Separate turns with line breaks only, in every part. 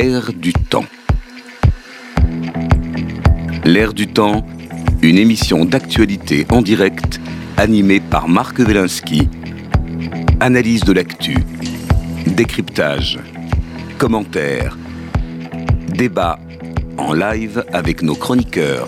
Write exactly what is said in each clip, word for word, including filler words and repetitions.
L'air du temps. L'air du temps, une émission d'actualité en direct animée par Marc Wielinski. Analyse de l'actu, décryptage, commentaires, débat en live avec nos chroniqueurs.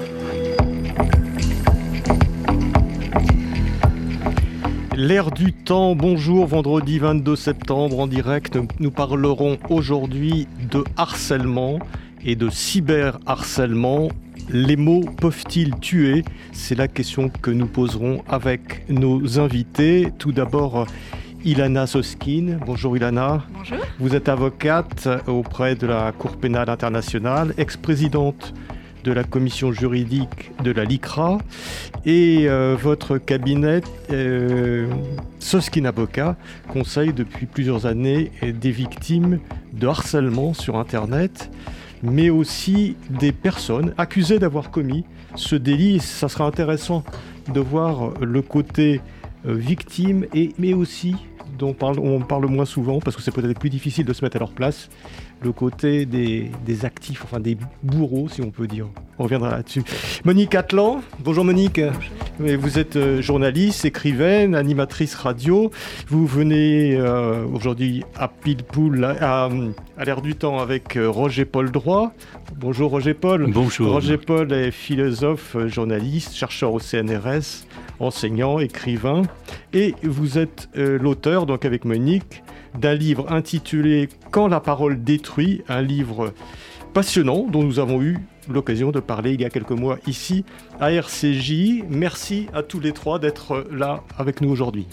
L'air du temps, bonjour, vendredi vingt-deux septembre en direct. Nous parlerons aujourd'hui de harcèlement et de cyberharcèlement. Les mots peuvent-ils tuer ? C'est la question que nous poserons avec nos invités. Tout d'abord, Ilana Soskine. Bonjour Ilana.
Bonjour.
Vous êtes avocate auprès de la Cour pénale internationale, ex-présidente de la commission juridique de la LICRA, et euh, votre cabinet euh, Soskine Avocat conseille depuis plusieurs années des victimes de harcèlement sur Internet, mais aussi des personnes accusées d'avoir commis ce délit. Ça sera intéressant de voir le côté euh, victime, et, mais aussi, dont on parle, on parle moins souvent, parce que c'est peut-être plus difficile de se mettre à leur place, le côté des, des actifs, enfin des bourreaux, si on peut dire. On reviendra là-dessus. Monique Atlan. Bonjour Monique. Bonjour. Vous êtes journaliste, écrivaine, animatrice radio. Vous venez euh, aujourd'hui à pile poule, à, à l'air du temps avec Roger Paul Droit. Bonjour Roger Paul.
Bonjour.
Roger Paul est philosophe, journaliste, chercheur au C N R S, enseignant, écrivain. Et vous êtes euh, l'auteur, donc avec Monique, d'un livre intitulé « Quand la parole détruit », un livre passionnant dont nous avons eu l'occasion de parler il y a quelques mois ici à R C J. Merci à tous les trois d'être là avec nous aujourd'hui.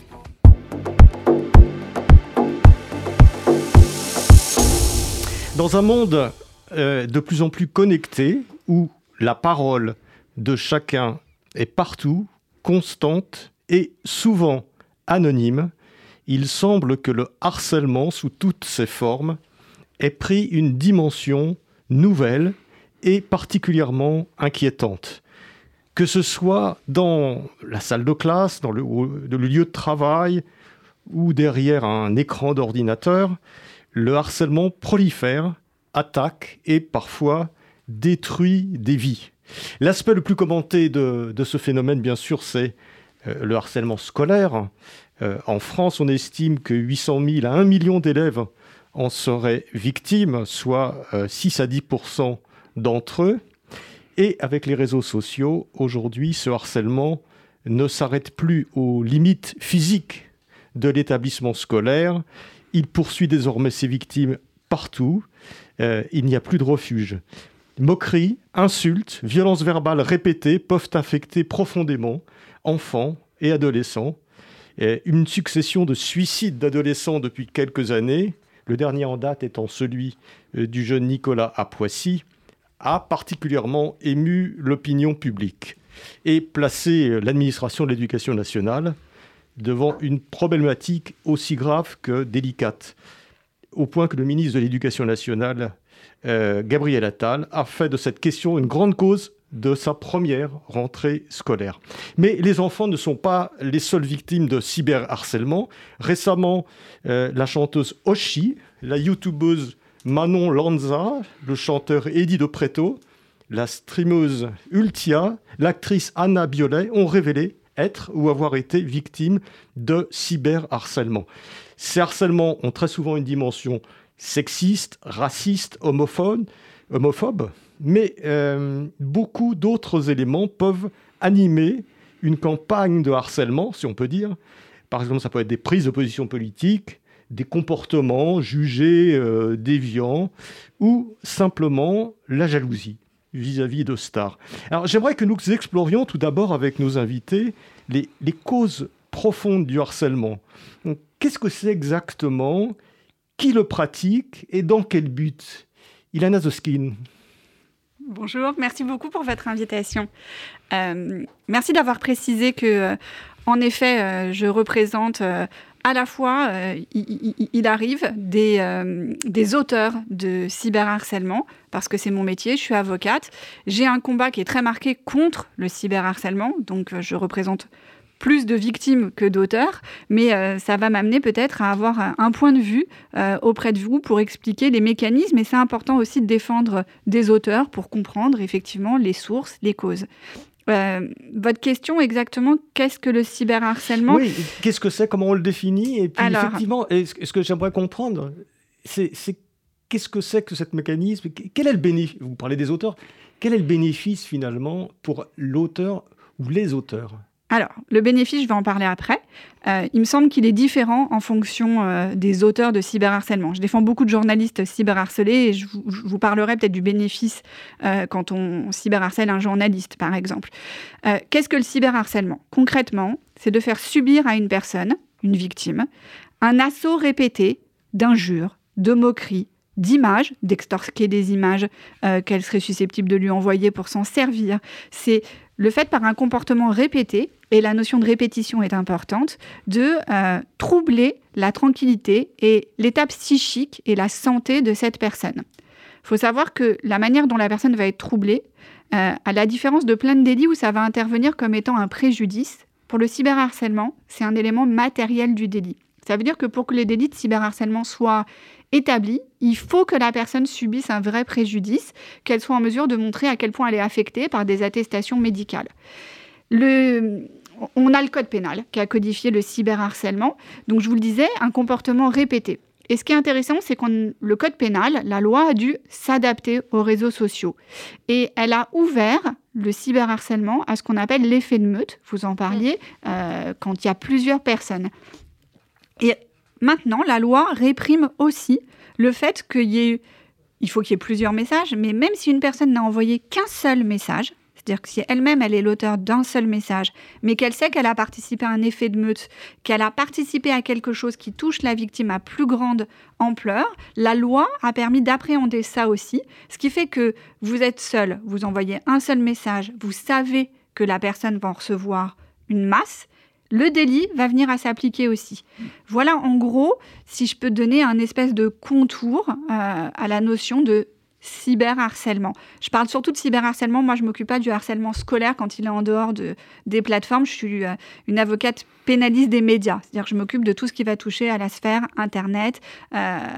Dans un monde euh, de plus en plus connecté, où la parole de chacun est partout, constante et souvent anonyme, il semble que le harcèlement, sous toutes ses formes, ait pris une dimension nouvelle et particulièrement inquiétante. Que ce soit dans la salle de classe, dans le, le lieu de travail ou derrière un écran d'ordinateur, le harcèlement prolifère, attaque et parfois détruit des vies. L'aspect le plus commenté de, de ce phénomène, bien sûr, c'est euh, le harcèlement scolaire. Euh, en France, on estime que huit cent mille à un million d'élèves en seraient victimes, soit euh, six à dix pour cent d'entre eux. Et avec les réseaux sociaux, aujourd'hui, ce harcèlement ne s'arrête plus aux limites physiques de l'établissement scolaire. Il poursuit désormais ses victimes partout. Euh, il n'y a plus de refuge. Moqueries, insultes, violences verbales répétées peuvent affecter profondément enfants et adolescents. Et une succession de suicides d'adolescents depuis quelques années, le dernier en date étant celui du jeune Nicolas à Poissy, a particulièrement ému l'opinion publique et placé l'administration de l'éducation nationale devant une problématique aussi grave que délicate, au point que le ministre de l'Éducation nationale, euh, Gabriel Attal, a fait de cette question une grande cause de sa première rentrée scolaire. Mais les enfants ne sont pas les seules victimes de cyberharcèlement. Récemment, euh, la chanteuse Oshi, la youtubeuse Manon Lanza, le chanteur Eddie de Preto, la streameuse Ultia, l'actrice Anna Biolay ont révélé être ou avoir été victimes de cyberharcèlement. Ces harcèlements ont très souvent une dimension sexiste, raciste, homophobe, homophobe mais euh, beaucoup d'autres éléments peuvent animer une campagne de harcèlement, si on peut dire. Par exemple, ça peut être des prises de position politique, des comportements jugés euh, déviants, ou simplement la jalousie vis-à-vis de stars. Alors, j'aimerais que nous explorions tout d'abord avec nos invités les, les causes profondes du harcèlement. Donc, qu'est-ce que c'est exactement ? Qui le pratique et dans quel but ? Ilana Soskine.
Bonjour, merci beaucoup pour votre invitation. Euh, merci d'avoir précisé que, euh, en effet, euh, je représente euh, à la fois, euh, il, il, il arrive des, euh, des auteurs de cyberharcèlement, parce que c'est mon métier, je suis avocate. J'ai un combat qui est très marqué contre le cyberharcèlement, donc euh, je représente plus de victimes que d'auteurs, mais euh, ça va m'amener peut-être à avoir un point de vue euh, auprès de vous pour expliquer les mécanismes. Et c'est important aussi de défendre des auteurs pour comprendre effectivement les sources, les causes. Euh, votre question exactement, qu'est-ce que le cyberharcèlement ?
Oui, qu'est-ce que c'est, comment on le définit ? Et puis
Alors,
effectivement, ce que j'aimerais comprendre, c'est, c'est qu'est-ce que c'est que ce mécanisme ? Quel est le bénéfice ? Vous parlez des auteurs. Quel est le bénéfice finalement pour l'auteur ou les auteurs ?
Alors, le bénéfice, je vais en parler après. Euh, il me semble qu'il est différent en fonction euh, des auteurs de cyberharcèlement. Je défends beaucoup de journalistes cyberharcelés et je vous, je vous parlerai peut-être du bénéfice euh, quand on cyberharcèle un journaliste, par exemple. Euh, qu'est-ce que le cyberharcèlement ? Concrètement, c'est de faire subir à une personne, une victime, un assaut répété d'injures, de moqueries, d'images, d'extorquer des images euh, qu'elle serait susceptible de lui envoyer pour s'en servir. C'est le fait par un comportement répété, et la notion de répétition est importante, de euh, troubler la tranquillité et l'état psychique et la santé de cette personne. Il faut savoir que la manière dont la personne va être troublée, euh, à la différence de plein de délits où ça va intervenir comme étant un préjudice, pour le cyberharcèlement, c'est un élément matériel du délit. Ça veut dire que pour que les délits de cyberharcèlement soient établis, il faut que la personne subisse un vrai préjudice, qu'elle soit en mesure de montrer à quel point elle est affectée par des attestations médicales. Le... On a le code pénal qui a codifié le cyberharcèlement. Donc, je vous le disais, un comportement répété. Et ce qui est intéressant, c'est que le code pénal, la loi a dû s'adapter aux réseaux sociaux. Et elle a ouvert le cyberharcèlement à ce qu'on appelle l'effet de meute, vous en parliez, euh, quand il y a plusieurs personnes. Et maintenant, la loi réprime aussi le fait qu'il y ait, il faut qu'il y ait plusieurs messages, mais même si une personne n'a envoyé qu'un seul message, c'est-à-dire que si elle-même, elle est l'auteur d'un seul message, mais qu'elle sait qu'elle a participé à un effet de meute, qu'elle a participé à quelque chose qui touche la victime à plus grande ampleur, la loi a permis d'appréhender ça aussi, ce qui fait que vous êtes seul, vous envoyez un seul message, vous savez que la personne va en recevoir une masse, le délit va venir à s'appliquer aussi. Voilà, en gros, si je peux donner un espèce de contour euh, à la notion de cyberharcèlement. Je parle surtout de cyberharcèlement. Moi, je ne m'occupe pas du harcèlement scolaire quand il est en dehors de, des plateformes. Je suis euh, une avocate pénaliste des médias. C'est-à-dire que je m'occupe de tout ce qui va toucher à la sphère Internet, euh,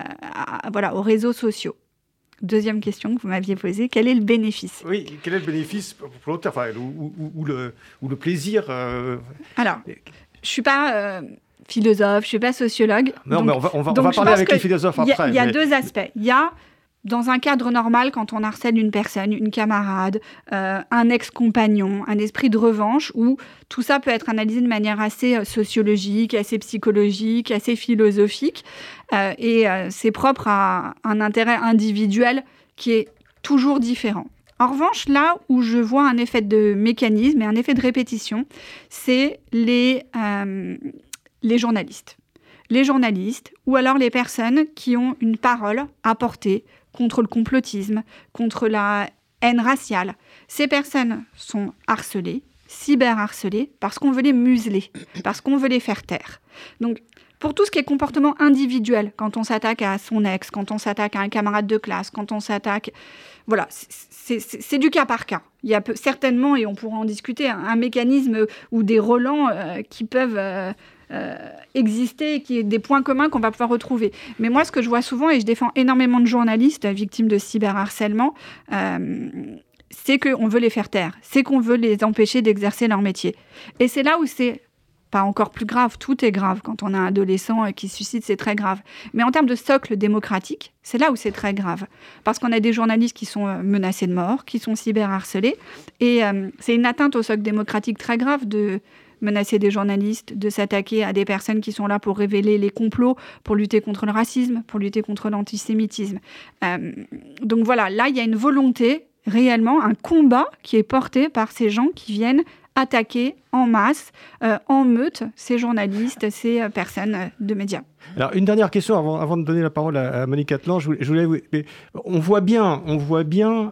à, voilà, aux réseaux sociaux. Deuxième question que vous m'aviez posée, quel est le bénéfice ?
Oui, quel est le bénéfice pour l'auteur, enfin, ou, ou, ou, le, ou le plaisir euh...
Alors, je ne suis pas euh, philosophe, je ne suis pas sociologue.
Non,
donc,
mais on va, on va, on va parler avec les philosophes après.
Il y a,
mais...
y a deux aspects. Il y a, dans un cadre normal, quand on harcèle une personne, une camarade, euh, un ex-compagnon, un esprit de revanche, où tout ça peut être analysé de manière assez sociologique, assez psychologique, assez philosophique. Euh, et euh, c'est propre à un intérêt individuel qui est toujours différent. En revanche, là où je vois un effet de mécanisme et un effet de répétition, c'est les, euh, les journalistes. Les journalistes ou alors les personnes qui ont une parole à porter contre le complotisme, contre la haine raciale. Ces personnes sont harcelées, cyberharcelées, parce qu'on veut les museler, parce qu'on veut les faire taire. Donc, pour tout ce qui est comportement individuel, quand on s'attaque à son ex, quand on s'attaque à un camarade de classe, quand on s'attaque... Voilà, c'est, c'est, c'est du cas par cas. Il y a peu, certainement, et on pourra en discuter, un, un mécanisme ou des relents euh, qui peuvent... Euh, Euh, exister, qui est des points communs qu'on va pouvoir retrouver. Mais moi, ce que je vois souvent, et je défends énormément de journalistes victimes de cyberharcèlement, euh, c'est qu'on veut les faire taire, c'est qu'on veut les empêcher d'exercer leur métier. Et c'est là où c'est pas encore plus grave, tout est grave. Quand on a un adolescent qui se suicide, c'est très grave. Mais en termes de socle démocratique, c'est là où c'est très grave. Parce qu'on a des journalistes qui sont menacés de mort, qui sont cyberharcelés, et euh, c'est une atteinte au socle démocratique très grave de menacer des journalistes, de s'attaquer à des personnes qui sont là pour révéler les complots, pour lutter contre le racisme, pour lutter contre l'antisémitisme. Euh, donc voilà, là, il y a une volonté, réellement, un combat qui est porté par ces gens qui viennent attaquer en masse, euh, en meute, ces journalistes, ces euh, personnes de médias.
Alors, une dernière question avant, avant de donner la parole à, à Monique Atlan. Je voulais, je voulais, mais on voit bien, on voit bien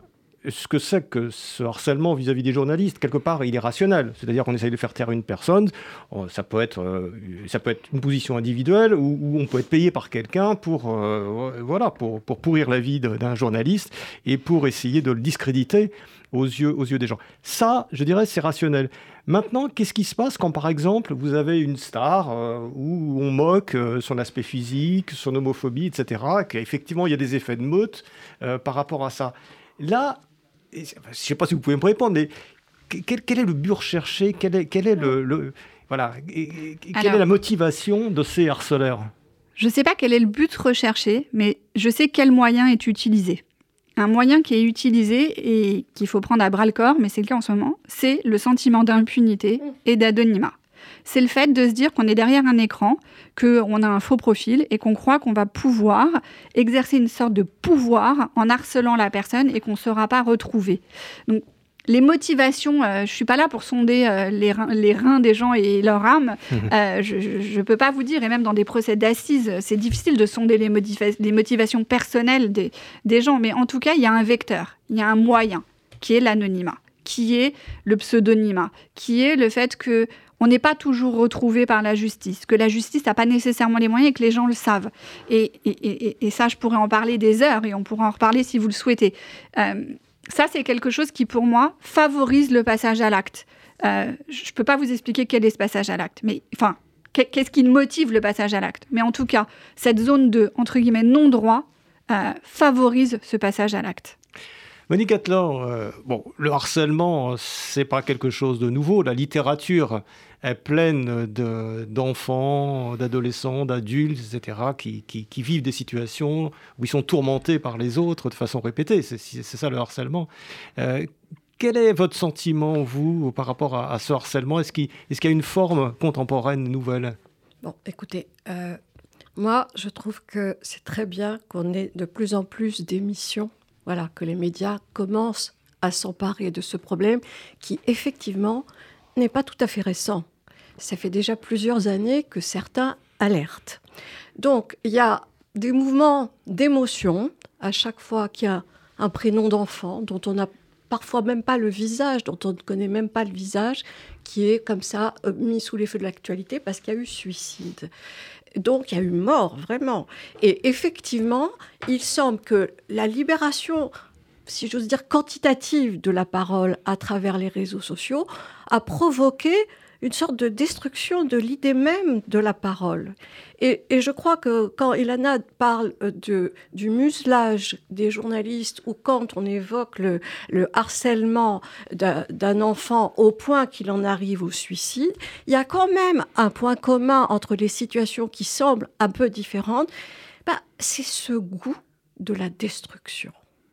ce que c'est que ce harcèlement vis-à-vis des journalistes, quelque part, il est rationnel. C'est-à-dire qu'on essaye de faire taire une personne. Ça peut être, euh, ça peut être une position individuelle ou, ou on peut être payé par quelqu'un pour, euh, voilà, pour, pour pourrir la vie de, d'un journaliste et pour essayer de le discréditer aux yeux, aux yeux des gens. Ça, je dirais, c'est rationnel. Maintenant, qu'est-ce qui se passe quand, par exemple, vous avez une star euh, où on moque euh, son aspect physique, son homophobie, et cetera, qu'effectivement, il y a des effets de meute euh, par rapport à ça. Là, je ne sais pas si vous pouvez me répondre, mais quel, quel est le but recherché ? Quel est, quel est le, le voilà, et, et, quelle Alors, est la motivation de ces harceleurs ?
Je ne sais pas quel est le but recherché, mais je sais quel moyen est utilisé. Un moyen qui est utilisé et qu'il faut prendre à bras-le-corps, mais c'est le cas en ce moment, c'est le sentiment d'impunité et d'anonymat. C'est le fait de se dire qu'on est derrière un écran, qu'on a un faux profil et qu'on croit qu'on va pouvoir exercer une sorte de pouvoir en harcelant la personne et qu'on ne sera pas retrouvé. Donc, les motivations, euh, je ne suis pas là pour sonder euh, les, reins, les reins des gens et leur âme. Euh, je ne peux pas vous dire, et même dans des procès d'assises, c'est difficile de sonder les, motiva- les motivations personnelles des, des gens. Mais en tout cas, il y a un vecteur, il y a un moyen, qui est l'anonymat, qui est le pseudonymat, qui est le fait qu'on n'est pas toujours retrouvé par la justice, que la justice n'a pas nécessairement les moyens et que les gens le savent. Et, et, et, et ça, je pourrais en parler des heures, et on pourra en reparler si vous le souhaitez. Euh, Ça, c'est quelque chose qui, pour moi, favorise le passage à l'acte. Euh, je ne peux pas vous expliquer quel est ce passage à l'acte, mais enfin, qu'est-ce qui motive le passage à l'acte ? Mais en tout cas, cette zone de, entre guillemets, non-droit euh, favorise ce passage à l'acte.
Monique Atlan, euh, bon, le harcèlement, c'est pas quelque chose de nouveau. La littérature est pleine de, d'enfants, d'adolescents, d'adultes, et cetera, qui, qui, qui vivent des situations où ils sont tourmentés par les autres de façon répétée. C'est, c'est ça le harcèlement. Euh, quel est votre sentiment, vous, par rapport à, à ce harcèlement ? Est-ce qu'il, est-ce qu'il y a une forme contemporaine nouvelle ?
Bon, écoutez, euh, moi, je trouve que c'est très bien qu'on ait de plus en plus d'émissions. Voilà, que les médias commencent à s'emparer de ce problème qui, effectivement, n'est pas tout à fait récent. Ça fait déjà plusieurs années que certains alertent. Donc, il y a des mouvements d'émotion à chaque fois qu'il y a un prénom d'enfant dont on n'a parfois même pas le visage, dont on ne connaît même pas le visage, qui est comme ça mis sous les feux de l'actualité parce qu'il y a eu suicide. Donc, il y a eu mort, vraiment. Et effectivement, il semble que la libération, si j'ose dire, quantitative de la parole à travers les réseaux sociaux a provoqué une sorte de destruction de l'idée même de la parole. Et, et je crois que quand Ilana parle de, du muselage des journalistes ou quand on évoque le, le harcèlement d'un, d'un enfant au point qu'il en arrive au suicide, il y a quand même un point commun entre les situations qui semblent un peu différentes. Ben, c'est ce goût de la destruction.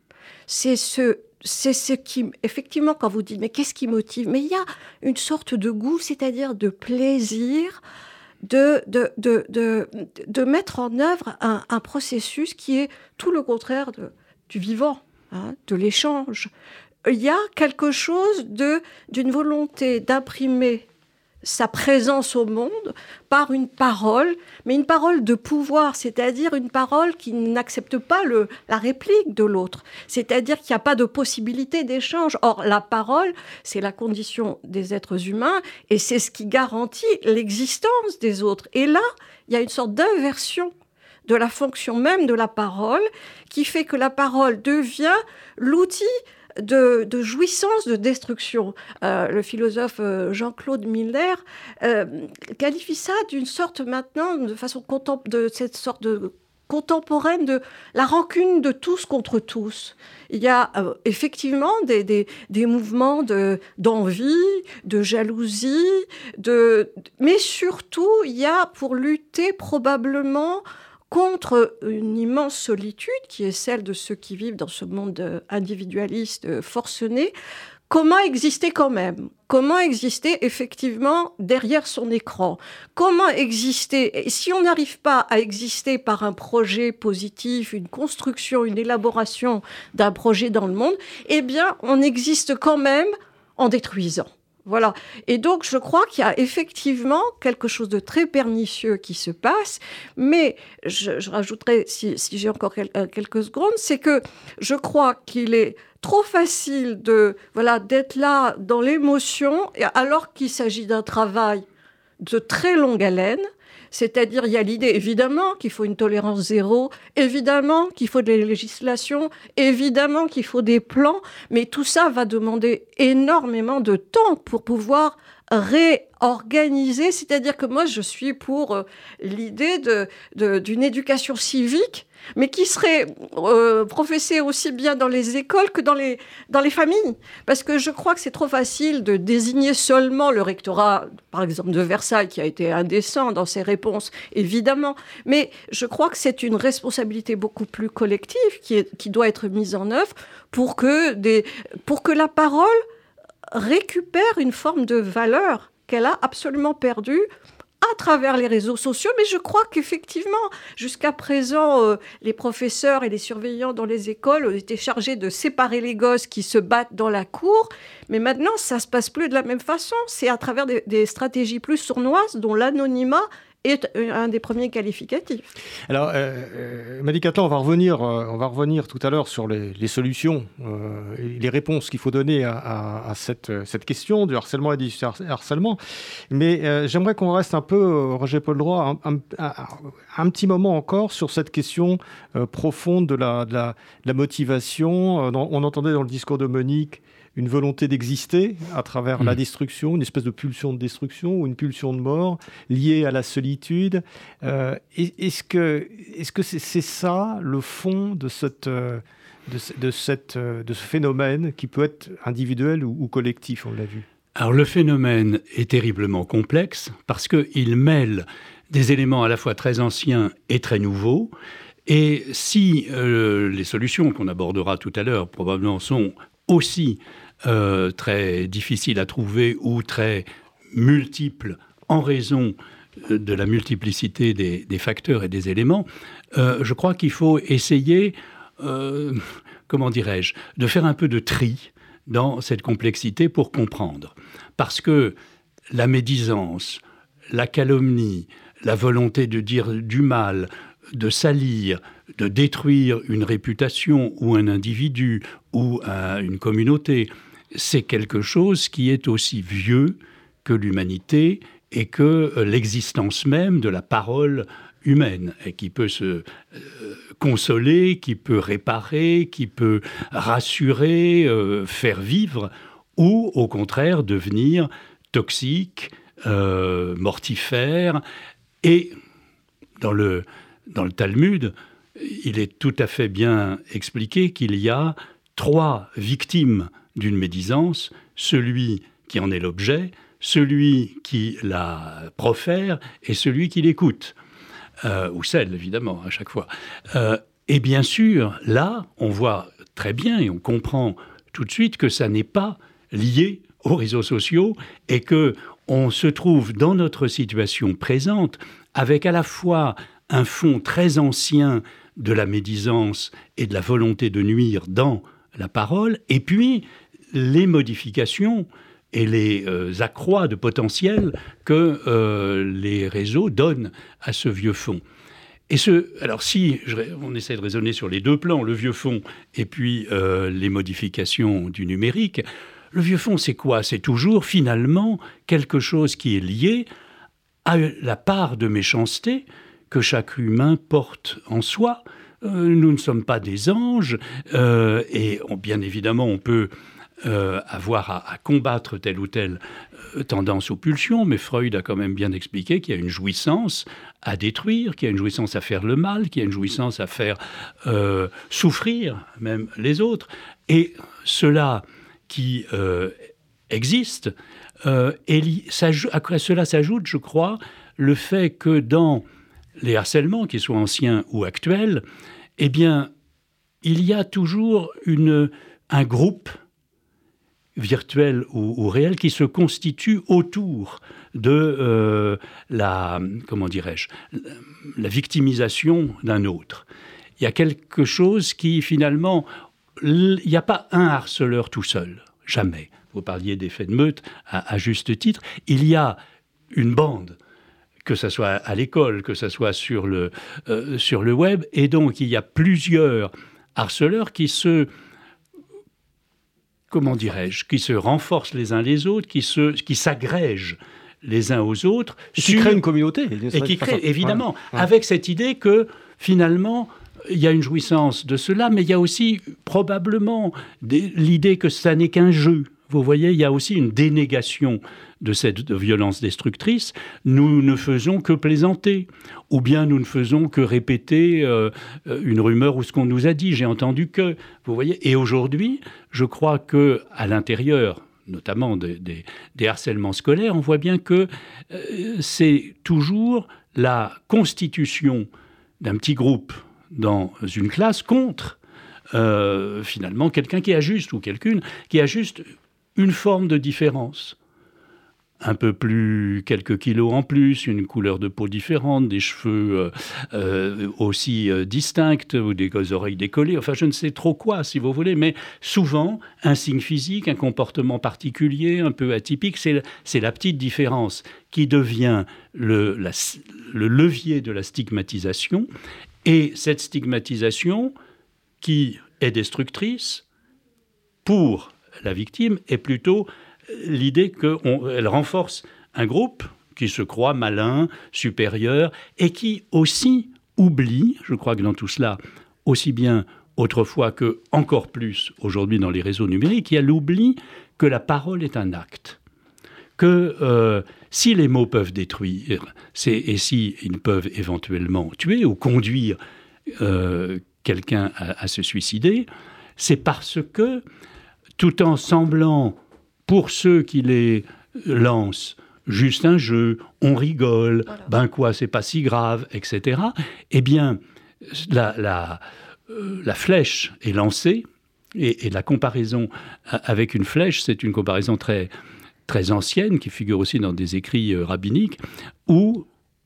C'est ce... C'est ce qui, effectivement, quand vous dites, mais qu'est-ce qui motive ? Mais il y a une sorte de goût, c'est-à-dire de plaisir, de, de, de, de, de mettre en œuvre un, un processus qui est tout le contraire de, du vivant, hein, de l'échange. Il y a quelque chose de, d'une volonté d'imprimer sa présence au monde par une parole, mais une parole de pouvoir, c'est-à-dire une parole qui n'accepte pas le, la réplique de l'autre, c'est-à-dire qu'il n'y a pas de possibilité d'échange. Or, la parole, c'est la condition des êtres humains et c'est ce qui garantit l'existence des autres. Et là, il y a une sorte d'inversion de la fonction même de la parole qui fait que la parole devient l'outil De, de jouissance, de destruction. Euh, le philosophe euh, Jean-Claude Miller euh, qualifie ça d'une sorte maintenant, de façon contem- de cette sorte de contemporaine de la rancune de tous contre tous. Il y a euh, effectivement des, des, des mouvements de, d'envie, de jalousie, de... mais surtout, il y a pour lutter probablement contre une immense solitude qui est celle de ceux qui vivent dans ce monde individualiste forcené, comment exister quand même ? Comment exister effectivement derrière son écran ? Comment exister ? Et si on n'arrive pas à exister par un projet positif, une construction, une élaboration d'un projet dans le monde, eh bien, on existe quand même en détruisant. Voilà. Et donc, je crois qu'il y a effectivement quelque chose de très pernicieux qui se passe. Mais je, je rajouterai, si, si j'ai encore quel, euh, quelques secondes, c'est que je crois qu'il est trop facile de, voilà, d'être là dans l'émotion, alors qu'il s'agit d'un travail de très longue haleine. C'est-à-dire, il y a l'idée, évidemment, qu'il faut une tolérance zéro, évidemment qu'il faut de la législation, évidemment qu'il faut des plans, mais tout ça va demander énormément de temps pour pouvoir réorganiser. C'est-à-dire que moi, je suis pour euh, l'idée de, de, d'une éducation civique, mais qui serait euh, professée aussi bien dans les écoles que dans les, dans les familles. Parce que je crois que c'est trop facile de désigner seulement le rectorat, par exemple, de Versailles, qui a été indécent dans ses réponses, évidemment. Mais je crois que c'est une responsabilité beaucoup plus collective qui, est, qui doit être mise en œuvre pour que, des, pour que la parole récupère une forme de valeur qu'elle a absolument perdue à travers les réseaux sociaux. Mais je crois qu'effectivement, jusqu'à présent, euh, les professeurs et les surveillants dans les écoles ont été chargés de séparer les gosses qui se battent dans la cour. Mais maintenant, ça ne se passe plus de la même façon. C'est à travers des, des stratégies plus sournoises dont l'anonymat est un des premiers qualificatifs.
Alors, euh, Malik Atlan, on va revenir, euh, on va revenir tout à l'heure sur les, les solutions, euh, et les réponses qu'il faut donner à, à, à cette, cette question du harcèlement et du harcèlement. Mais euh, j'aimerais qu'on reste un peu, euh, Roger-Paul Droit, un, un, un, un petit moment encore sur cette question euh, profonde de la, de la, de la motivation. Euh, on entendait dans le discours de Monique une volonté d'exister à travers mmh. la destruction, une espèce de pulsion de destruction ou une pulsion de mort liée à la solitude. Euh, est-ce que, est-ce que c'est, c'est ça le fond de, cette, de, de, cette, de ce phénomène qui peut être individuel ou, ou collectif, on l'a vu?
Alors le phénomène est terriblement complexe parce qu'il mêle des éléments à la fois très anciens et très nouveaux. Et si euh, les solutions qu'on abordera tout à l'heure probablement sont aussi euh, très difficiles à trouver ou très multiples en raison de la multiplicité des, des facteurs et des éléments, euh, je crois qu'il faut essayer, euh, comment dirais-je, de faire un peu de tri dans cette complexité pour comprendre. Parce que la médisance, la calomnie, la volonté de dire du mal, de salir, de détruire une réputation ou un individu ou un, une communauté, c'est quelque chose qui est aussi vieux que l'humanité et que l'existence même de la parole humaine, et qui peut se euh, consoler, qui peut réparer, qui peut rassurer, euh, faire vivre, ou au contraire devenir toxique, euh, mortifère. Et dans le, dans le Talmud, il est tout à fait bien expliqué qu'il y a trois victimes d'une médisance, celui qui en est l'objet, celui qui la profère et celui qui l'écoute. Euh, ou celle, évidemment, à chaque fois. Euh, et bien sûr, là, on voit très bien et on comprend tout de suite que ça n'est pas lié aux réseaux sociaux et qu'on se trouve dans notre situation présente avec à la fois un fond très ancien de la médisance et de la volonté de nuire dans la parole, et puis les modifications et les euh, accroît de potentiel que euh, les réseaux donnent à ce vieux fond. Et ce, alors si je, on essaie de raisonner sur les deux plans, le vieux fond et puis euh, les modifications du numérique, le vieux fond c'est quoi? C'est toujours finalement quelque chose qui est lié à la part de méchanceté que chaque humain porte en soi. Euh, nous ne sommes pas des anges euh, et on, bien évidemment on peut Euh, avoir à, à combattre telle ou telle euh, tendance ou pulsion, mais Freud a quand même bien expliqué qu'il y a une jouissance à détruire, qu'il y a une jouissance à faire le mal, qu'il y a une jouissance à faire euh, souffrir même les autres. Et cela qui euh, existe, euh, et à cela s'ajoute, je crois, le fait que dans les harcèlements, qu'ils soient anciens ou actuels, eh bien, il y a toujours une, un groupe virtuel ou, ou réel qui se constitue autour de euh, la, comment dirais-je, la victimisation d'un autre. Il y a quelque chose qui, finalement, il n'y a pas un harceleur tout seul, jamais. vous parliez d'effet de meute à, à juste titre, il y a une bande, que ce soit à l'école, que ce soit sur le, euh, sur le web, et donc il y a plusieurs harceleurs qui se, comment dirais-je, qui se renforcent les uns les autres, qui, se, qui s'agrègent les uns aux autres.
Et qui créent une communauté.
Et qui créent, évidemment, ouais. avec cette idée que, finalement, il y a une jouissance de cela, mais il y a aussi probablement des, l'idée que ça n'est qu'un jeu. Vous voyez, il y a aussi une dénégation de cette de violence destructrice. Nous ne faisons que plaisanter, ou bien nous ne faisons que répéter euh, une rumeur ou ce qu'on nous a dit. J'ai entendu que, vous voyez. Et aujourd'hui, je crois que à l'intérieur, notamment des, des, des harcèlements scolaires, on voit bien que euh, c'est toujours la constitution d'un petit groupe dans une classe contre euh, finalement quelqu'un qui a juste, ou quelqu'une qui a juste une forme de différence. Un peu plus, quelques kilos en plus, une couleur de peau différente, des cheveux euh, euh, aussi euh, distincts, ou des oreilles décollées, enfin je ne sais trop quoi si vous voulez, mais souvent un signe physique, un comportement particulier, un peu atypique, c'est, c'est la petite différence qui devient le, la, le levier de la stigmatisation, et cette stigmatisation qui est destructrice pour la victime est plutôt l'idée qu'elle renforce un groupe qui se croit malin, supérieur, et qui aussi oublie, je crois que dans tout cela, aussi bien autrefois que encore plus aujourd'hui dans les réseaux numériques, il y a l'oubli que la parole est un acte. Que euh, si les mots peuvent détruire, c'est, et si ils peuvent éventuellement tuer ou conduire euh, quelqu'un à, à se suicider, c'est parce que, tout en semblant, pour ceux qui les lancent, juste un jeu, on rigole, voilà. Ben quoi, c'est pas si grave, et cetera, eh bien, la, la, euh, la flèche est lancée, et, et la comparaison avec une flèche, c'est une comparaison très, très ancienne, qui figure aussi dans des écrits euh, rabbiniques, où,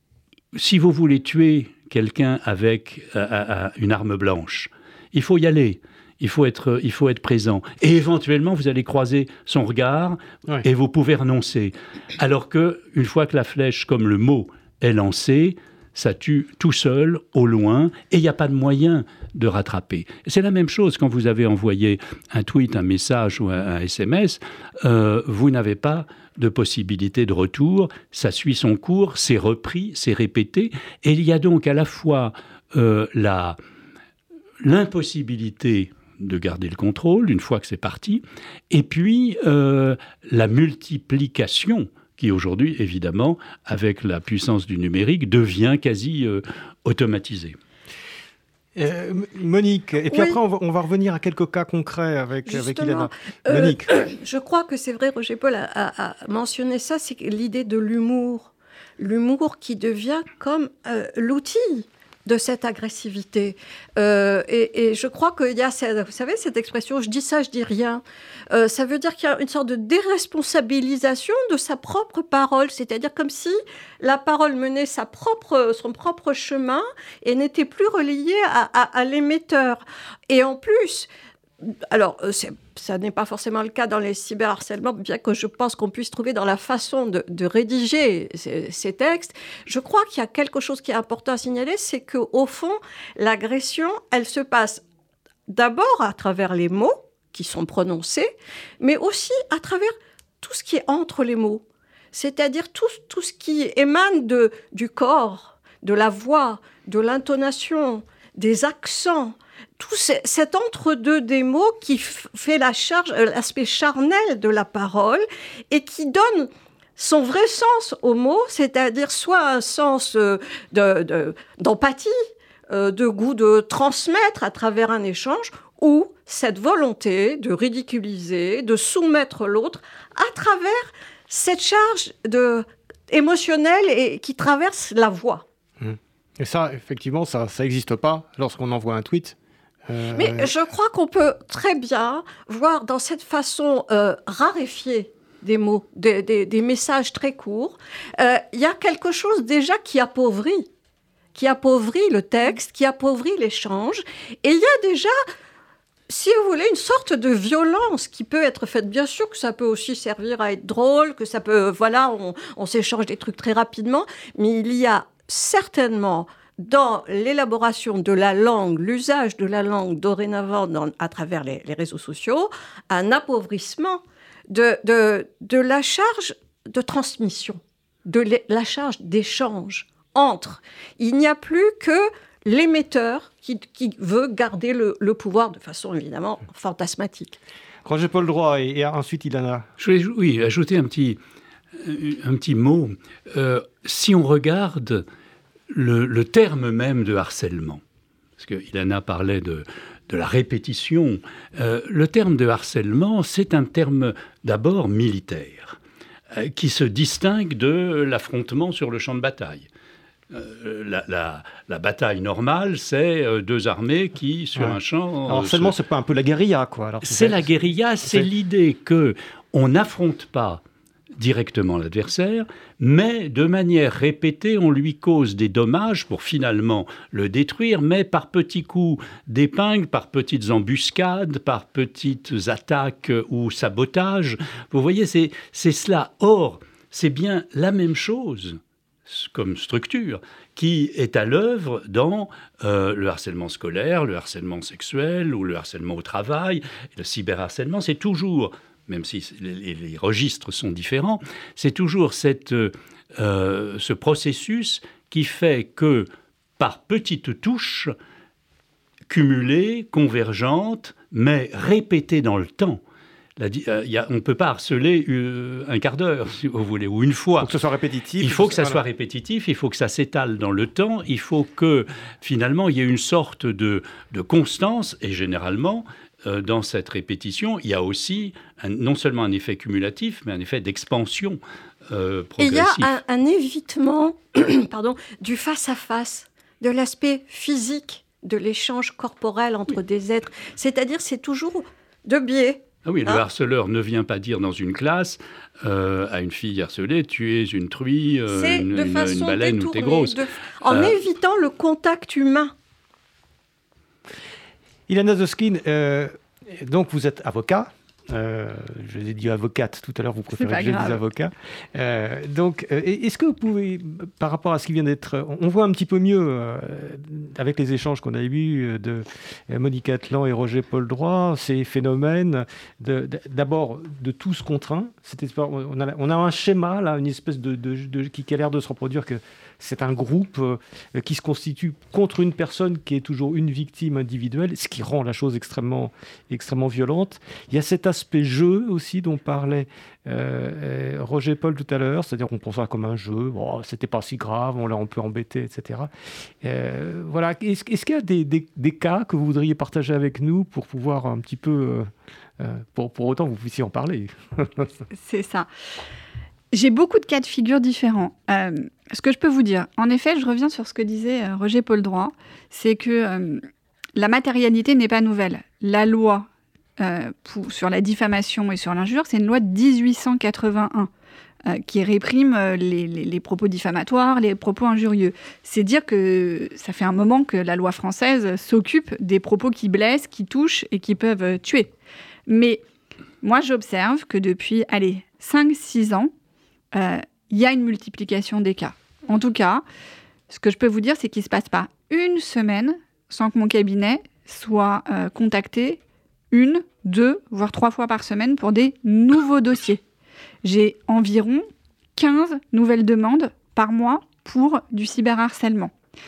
si vous voulez tuer quelqu'un avec euh, euh, une arme blanche, il faut y aller. Il faut, être, il faut être présent. Et éventuellement, vous allez croiser son regard ouais. et vous pouvez renoncer. Alors qu'une fois que la flèche, comme le mot, est lancée, ça tue tout seul, au loin, et il n'y a pas de moyen de rattraper. C'est la même chose quand vous avez envoyé un tweet, un message ou un, un S M S. Euh, vous n'avez pas de possibilité de retour. Ça suit son cours, c'est repris, c'est répété. Et il y a donc à la fois euh, la, l'impossibilité de garder le contrôle, une fois que c'est parti, et puis euh, la multiplication qui aujourd'hui, évidemment, avec la puissance du numérique, devient quasi euh, automatisée.
Euh, Monique, et puis oui. après on va, on va revenir à quelques cas concrets avec, avec Ilana. Monique.
Euh, je crois que c'est vrai, Roger Paul a, a, a mentionné ça, c'est l'idée de l'humour. L'humour qui devient comme euh, l'outil de cette agressivité. Euh, et, et je crois qu'il y a, cette, vous savez, cette expression « je dis ça, je dis rien euh, ». Ça veut dire qu'il y a une sorte de déresponsabilisation de sa propre parole, c'est-à-dire comme si la parole menait sa propre, son propre chemin et n'était plus reliée à, à, à l'émetteur. Et en plus, alors, c'est, ça n'est pas forcément le cas dans les cyberharcèlements, bien que je pense qu'on puisse trouver dans la façon de, de rédiger ces, ces textes. Je crois qu'il y a quelque chose qui est important à signaler, c'est qu'au fond, l'agression, elle se passe d'abord à travers les mots qui sont prononcés, mais aussi à travers tout ce qui est entre les mots. C'est-à-dire tout, tout ce qui émane de, du corps, de la voix, de l'intonation, des accents, tout cet entre-deux des mots qui f- fait la charge, l'aspect charnel de la parole et qui donne son vrai sens aux mots, c'est-à-dire soit un sens euh, de, de, d'empathie, euh, de goût de transmettre à travers un échange, ou cette volonté de ridiculiser, de soumettre l'autre à travers cette charge de, émotionnelle et, qui traverse la voix.
Et ça, effectivement, ça n'existe pas lorsqu'on envoie un tweet.
Euh... Mais je crois qu'on peut très bien voir dans cette façon euh, raréfiée des mots, des, des, des messages très courts, il euh, y a quelque chose déjà qui appauvrit, qui appauvrit le texte, qui appauvrit l'échange. Et il y a déjà si vous voulez, une sorte de violence qui peut être faite. Bien sûr que ça peut aussi servir à être drôle, que ça peut, voilà, on, on s'échange des trucs très rapidement, mais il y a certainement dans l'élaboration de la langue, l'usage de la langue dorénavant dans, à travers les, les réseaux sociaux, un appauvrissement de, de, de la charge de transmission, de la charge d'échange entre. Il n'y a plus que l'émetteur qui, qui veut garder le, le pouvoir de façon évidemment fantasmatique.
Roger-Paul Droit et, et ensuite Ilana.
Je voulais oui, ajouter un petit, un petit mot. Euh, si on regarde le, le terme même de harcèlement, parce que Ilana parlait de, de la répétition, euh, le terme de harcèlement, c'est un terme d'abord militaire, euh, qui se distingue de l'affrontement sur le champ de bataille. Euh, la, la, la bataille normale, c'est euh, deux armées qui, sur ouais. un champ...
Alors, harcèlement, se... c'est pas un peu la guérilla, quoi. Alors,
c'est, c'est la guérilla, c'est, c'est l'idée qu'on n'affronte pas directement l'adversaire, mais de manière répétée, on lui cause des dommages pour finalement le détruire, mais par petits coups d'épingle, par petites embuscades, par petites attaques ou sabotages. Vous voyez, c'est, c'est cela. Or, c'est bien la même chose comme structure, qui est à l'œuvre dans euh, le harcèlement scolaire, le harcèlement sexuel ou le harcèlement au travail, le cyberharcèlement. C'est toujours, même si les, les registres sont différents, c'est toujours cette, euh, ce processus qui fait que, par petites touches, cumulées, convergentes, mais répétées dans le temps, La, euh, y a, on ne peut pas harceler euh, un quart d'heure, si vous voulez, ou une fois.
Il faut que ce soit répétitif.
Il faut que ça
voilà.
soit répétitif, il faut que ça s'étale dans le temps, il faut que, finalement, il y ait une sorte de, de constance, et généralement, euh, dans cette répétition, il y a aussi un, non seulement un effet cumulatif, mais un effet d'expansion euh, progressif.
Et il y a un, un évitement pardon, du face-à-face, de l'aspect physique de l'échange corporel entre oui. des êtres. C'est-à-dire, c'est toujours de biais.
Ah oui, le ah. harceleur ne vient pas dire dans une classe euh, à une fille harcelée, tu es une truie, euh, une, une, une baleine ou t'es grosse.
De... En euh... évitant le contact humain.
Ilana Zoskin, euh, donc vous êtes avocat. Euh, je vous ai dit avocate tout à l'heure, vous préférez que je dise avocat. Euh, donc, euh, est-ce que vous pouvez, par rapport à ce qui vient d'être... On voit un petit peu mieux, euh, avec les échanges qu'on a eus de Monique Atlan et Roger-Paul Droit, ces phénomènes, de, de, d'abord de tous contre un. On a, on a un schéma, là, une espèce de, de, de, qui a l'air de se reproduire, que c'est un groupe euh, qui se constitue contre une personne qui est toujours une victime individuelle, ce qui rend la chose extrêmement, extrêmement violente. Il y a cet aspect jeu aussi dont parlait euh, Roger Paul tout à l'heure, c'est-à-dire qu'on pense ça comme un jeu, bon, c'était pas si grave, on l'a un peu embêté, et cetera. Euh, voilà. Est-ce, est-ce qu'il y a des, des, des cas que vous voudriez partager avec nous pour pouvoir un petit peu, euh, euh, pour, pour autant que vous puissiez en parler?
C'est ça. J'ai beaucoup de cas de figure différents. Euh, ce que je peux vous dire, en effet, je reviens sur ce que disait euh, Roger-Paul Droit, c'est que euh, la matérialité n'est pas nouvelle. La loi euh, pour, sur la diffamation et sur l'injure, c'est une loi de dix-huit cent quatre-vingt-un euh, qui réprime euh, les, les, les propos diffamatoires, les propos injurieux. C'est dire que ça fait un moment que la loi française s'occupe des propos qui blessent, qui touchent et qui peuvent euh, tuer. Mais moi, j'observe que depuis, allez, cinq six ans, il euh, y a une multiplication des cas. En tout cas, ce que je peux vous dire, c'est qu'il ne se passe pas une semaine sans que mon cabinet soit euh, contacté une, deux, voire trois fois par semaine pour des nouveaux dossiers. J'ai environ quinze nouvelles demandes par mois pour du cyberharcèlement.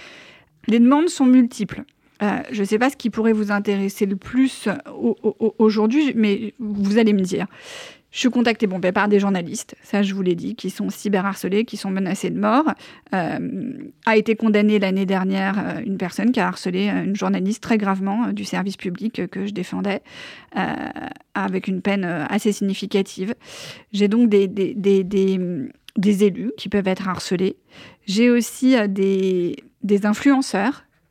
Les demandes sont multiples. Euh, je ne sais pas ce qui pourrait vous intéresser le plus au, au, aujourd'hui, mais vous allez me dire. Je suis contactée bon, ben, par des journalistes, ça je vous l'ai dit, qui sont cyberharcelés, qui sont menacés de mort. Euh, a été condamnée l'année dernière euh, une personne qui a harcelé euh, une journaliste très gravement euh, du service public euh, que je défendais, euh, avec une peine euh, assez significative. J'ai donc des, des, des, des, des élus qui peuvent être harcelés. J'ai aussi euh, des, des influenceurs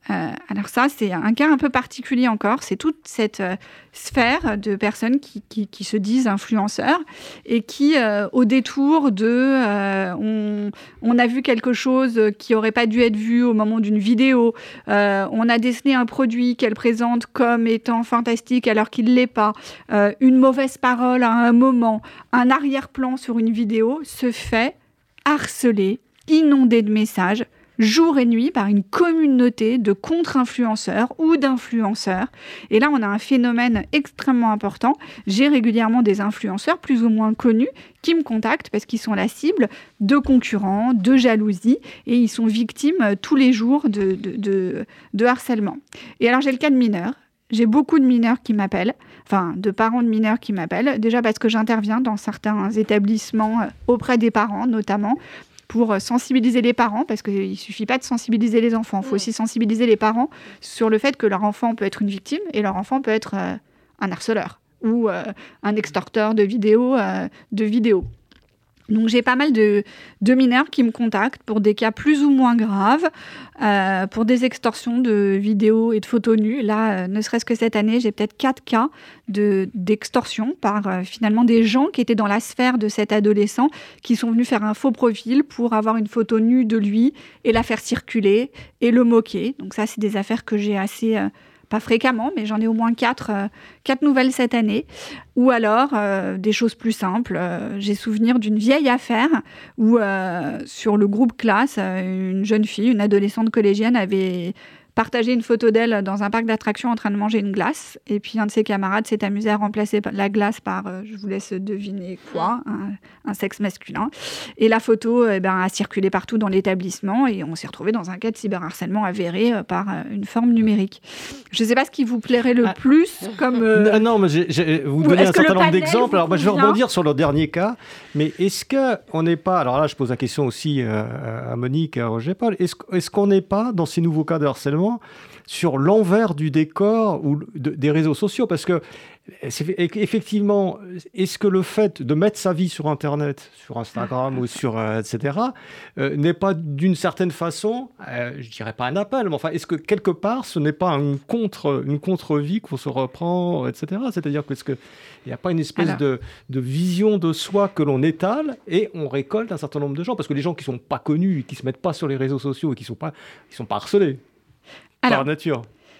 Euh, alors ça, c'est un cas un peu particulier encore. C'est toute cette euh, sphère de personnes qui, qui, qui se disent influenceurs et qui, euh, au détour de euh, on, on a vu quelque chose qui n'aurait pas dû être vu au moment d'une vidéo, euh, on a décelé un produit qu'elle présente comme étant fantastique alors qu'il ne l'est pas, euh, une mauvaise parole à un moment, un arrière-plan sur une vidéo, se fait harceler, inonder de messages, jour et nuit par une communauté de contre-influenceurs ou d'influenceurs. Et là, on a un phénomène extrêmement important. J'ai régulièrement des influenceurs plus ou moins connus qui me contactent parce qu'ils sont la cible de concurrents, de jalousie, et ils sont victimes tous les jours de, de, de, de harcèlement. Et alors, j'ai le cas de mineurs. J'ai beaucoup de mineurs qui m'appellent, enfin de parents de mineurs qui m'appellent, déjà parce que j'interviens dans certains établissements auprès des parents notamment, pour sensibiliser les parents, parce qu'il ne suffit pas de sensibiliser les enfants, il faut aussi sensibiliser les parents sur le fait que leur enfant peut être une victime et leur enfant peut être euh, un harceleur ou euh, un extorteur de vidéos. Euh, de vidéos. Donc j'ai pas mal de, de mineurs qui me contactent pour des cas plus ou moins graves, euh, pour des extorsions de vidéos et de photos nues. Là, euh, ne serait-ce que cette année, j'ai peut-être quatre cas de, d'extorsion par euh, finalement des gens qui étaient dans la sphère de cet adolescent, qui sont venus faire un faux profil pour avoir une photo nue de lui et la faire circuler et le moquer. Donc ça, c'est des affaires que j'ai assez... Euh, pas fréquemment, mais j'en ai au moins quatre, euh, quatre nouvelles cette année. Ou alors, euh, des choses plus simples. Euh, j'ai souvenir d'une vieille affaire où, euh, sur le groupe classe, euh, une jeune fille, une adolescente collégienne, avait partagé une photo d'elle dans un parc d'attractions en train de manger une glace. Et puis, un de ses camarades s'est amusé à remplacer la glace par, euh, je vous laisse deviner quoi, un, un sexe masculin. Et la photo eh ben, a circulé partout dans l'établissement et on s'est retrouvé dans un cas de cyberharcèlement avéré euh, par euh, une forme numérique. Je ne sais pas ce qui vous plairait le ah. plus comme... Euh...
Non, mais j'ai, j'ai, vous donnez un certain nombre d'exemples. Alors, moi, je vais rebondir sur le dernier cas. Mais est-ce qu'on n'est pas... Alors là, je pose la question aussi euh, à Monique et à Roger Paul. Est-ce, est-ce qu'on n'est pas, dans ces nouveaux cas de harcèlement, sur l'envers du décor ou de, des réseaux sociaux, parce que c'est, effectivement, est-ce que le fait de mettre sa vie sur Internet, sur Instagram ou sur euh, et cetera, euh, n'est pas d'une certaine façon, euh, je dirais pas un appel, mais enfin, est-ce que quelque part, ce n'est pas une contre, une contre-vie qu'on se reprend, et cetera. C'est-à-dire que est-ce que il n'y a pas une espèce Alors... de, de vision de soi que l'on étale et on récolte un certain nombre de gens, parce que les gens qui sont pas connus, qui se mettent pas sur les réseaux sociaux et qui sont pas, qui sont pas harcelés. Alors, par nature.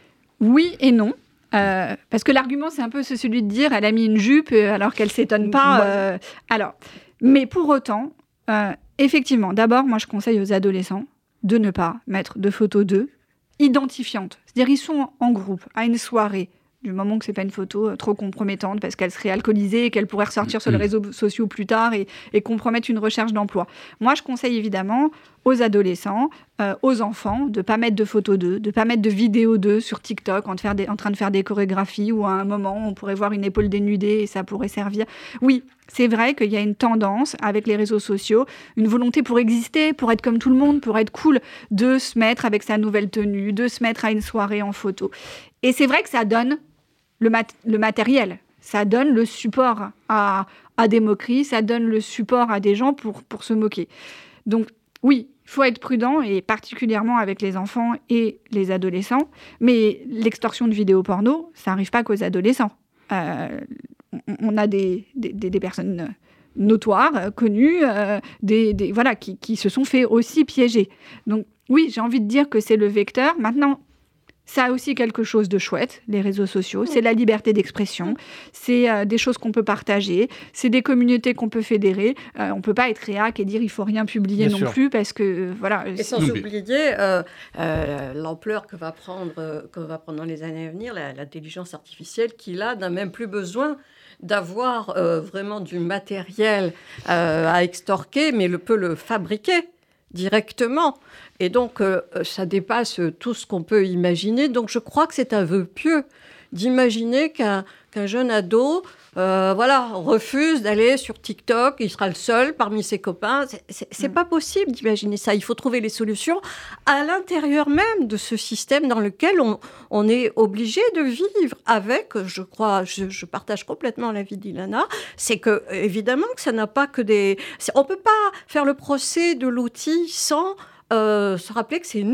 Oui et non. Euh, parce que l'argument, c'est un peu celui de dire elle a mis une jupe alors qu'elle ne s'étonne pas. Euh, alors, mais pour autant, euh, effectivement, d'abord, moi, je conseille aux adolescents de ne pas mettre de photos d'eux identifiantes. C'est-à-dire, ils sont en groupe, à une soirée, du moment que ce n'est pas une photo euh, trop compromettante parce qu'elle serait alcoolisée et qu'elle pourrait ressortir sur les réseaux sociaux plus tard et, et compromettre une recherche d'emploi. Moi, je conseille évidemment aux adolescents, euh, aux enfants, de ne pas mettre de photos d'eux, de ne pas mettre de vidéos d'eux sur TikTok en, de faire des, en train de faire des chorégraphies où à un moment, on pourrait voir une épaule dénudée et ça pourrait servir. Oui, c'est vrai qu'il y a une tendance avec les réseaux sociaux, une volonté pour exister, pour être comme tout le monde, pour être cool, de se mettre avec sa nouvelle tenue, de se mettre à une soirée en photo. Et c'est vrai que ça donne le, mat- le matériel, ça donne le support à, à des moqueries, ça donne le support à des gens pour, pour se moquer. Donc oui, il faut être prudent, et particulièrement avec les enfants et les adolescents, mais l'extorsion de vidéos porno, ça n'arrive pas qu'aux adolescents. Euh, on a des, des, des personnes notoires, connues, euh, des, des, voilà, qui, qui se sont fait aussi piéger. Donc oui, j'ai envie de dire que c'est le vecteur. Maintenant, ça a aussi quelque chose de chouette, les réseaux sociaux. C'est la liberté d'expression. C'est euh, des choses qu'on peut partager. C'est des communautés qu'on peut fédérer. Euh, on ne peut pas être réac et dire il ne faut rien publier Bien non sûr. plus parce que... Euh, voilà.
Et sans oublier euh, euh, l'ampleur que va, prendre, euh, que va prendre dans les années à venir la, l'intelligence artificielle qui, là, n'a même plus besoin d'avoir euh, vraiment du matériel euh, à extorquer, mais le, peut le fabriquer directement. Et donc, euh, ça dépasse tout ce qu'on peut imaginer. Donc, je crois que c'est un vœu pieux d'imaginer qu'un, qu'un jeune ado euh, voilà, refuse d'aller sur TikTok, il sera le seul parmi ses copains. C'est, c'est, c'est pas possible d'imaginer ça. Il faut trouver les solutions à l'intérieur même de ce système dans lequel on, on est obligé de vivre avec, je crois, je, je partage complètement l'avis d'Ilana, c'est que, évidemment, que ça n'a pas que des... On peut pas faire le procès de l'outil sans... Euh, se rappeler que c'est nous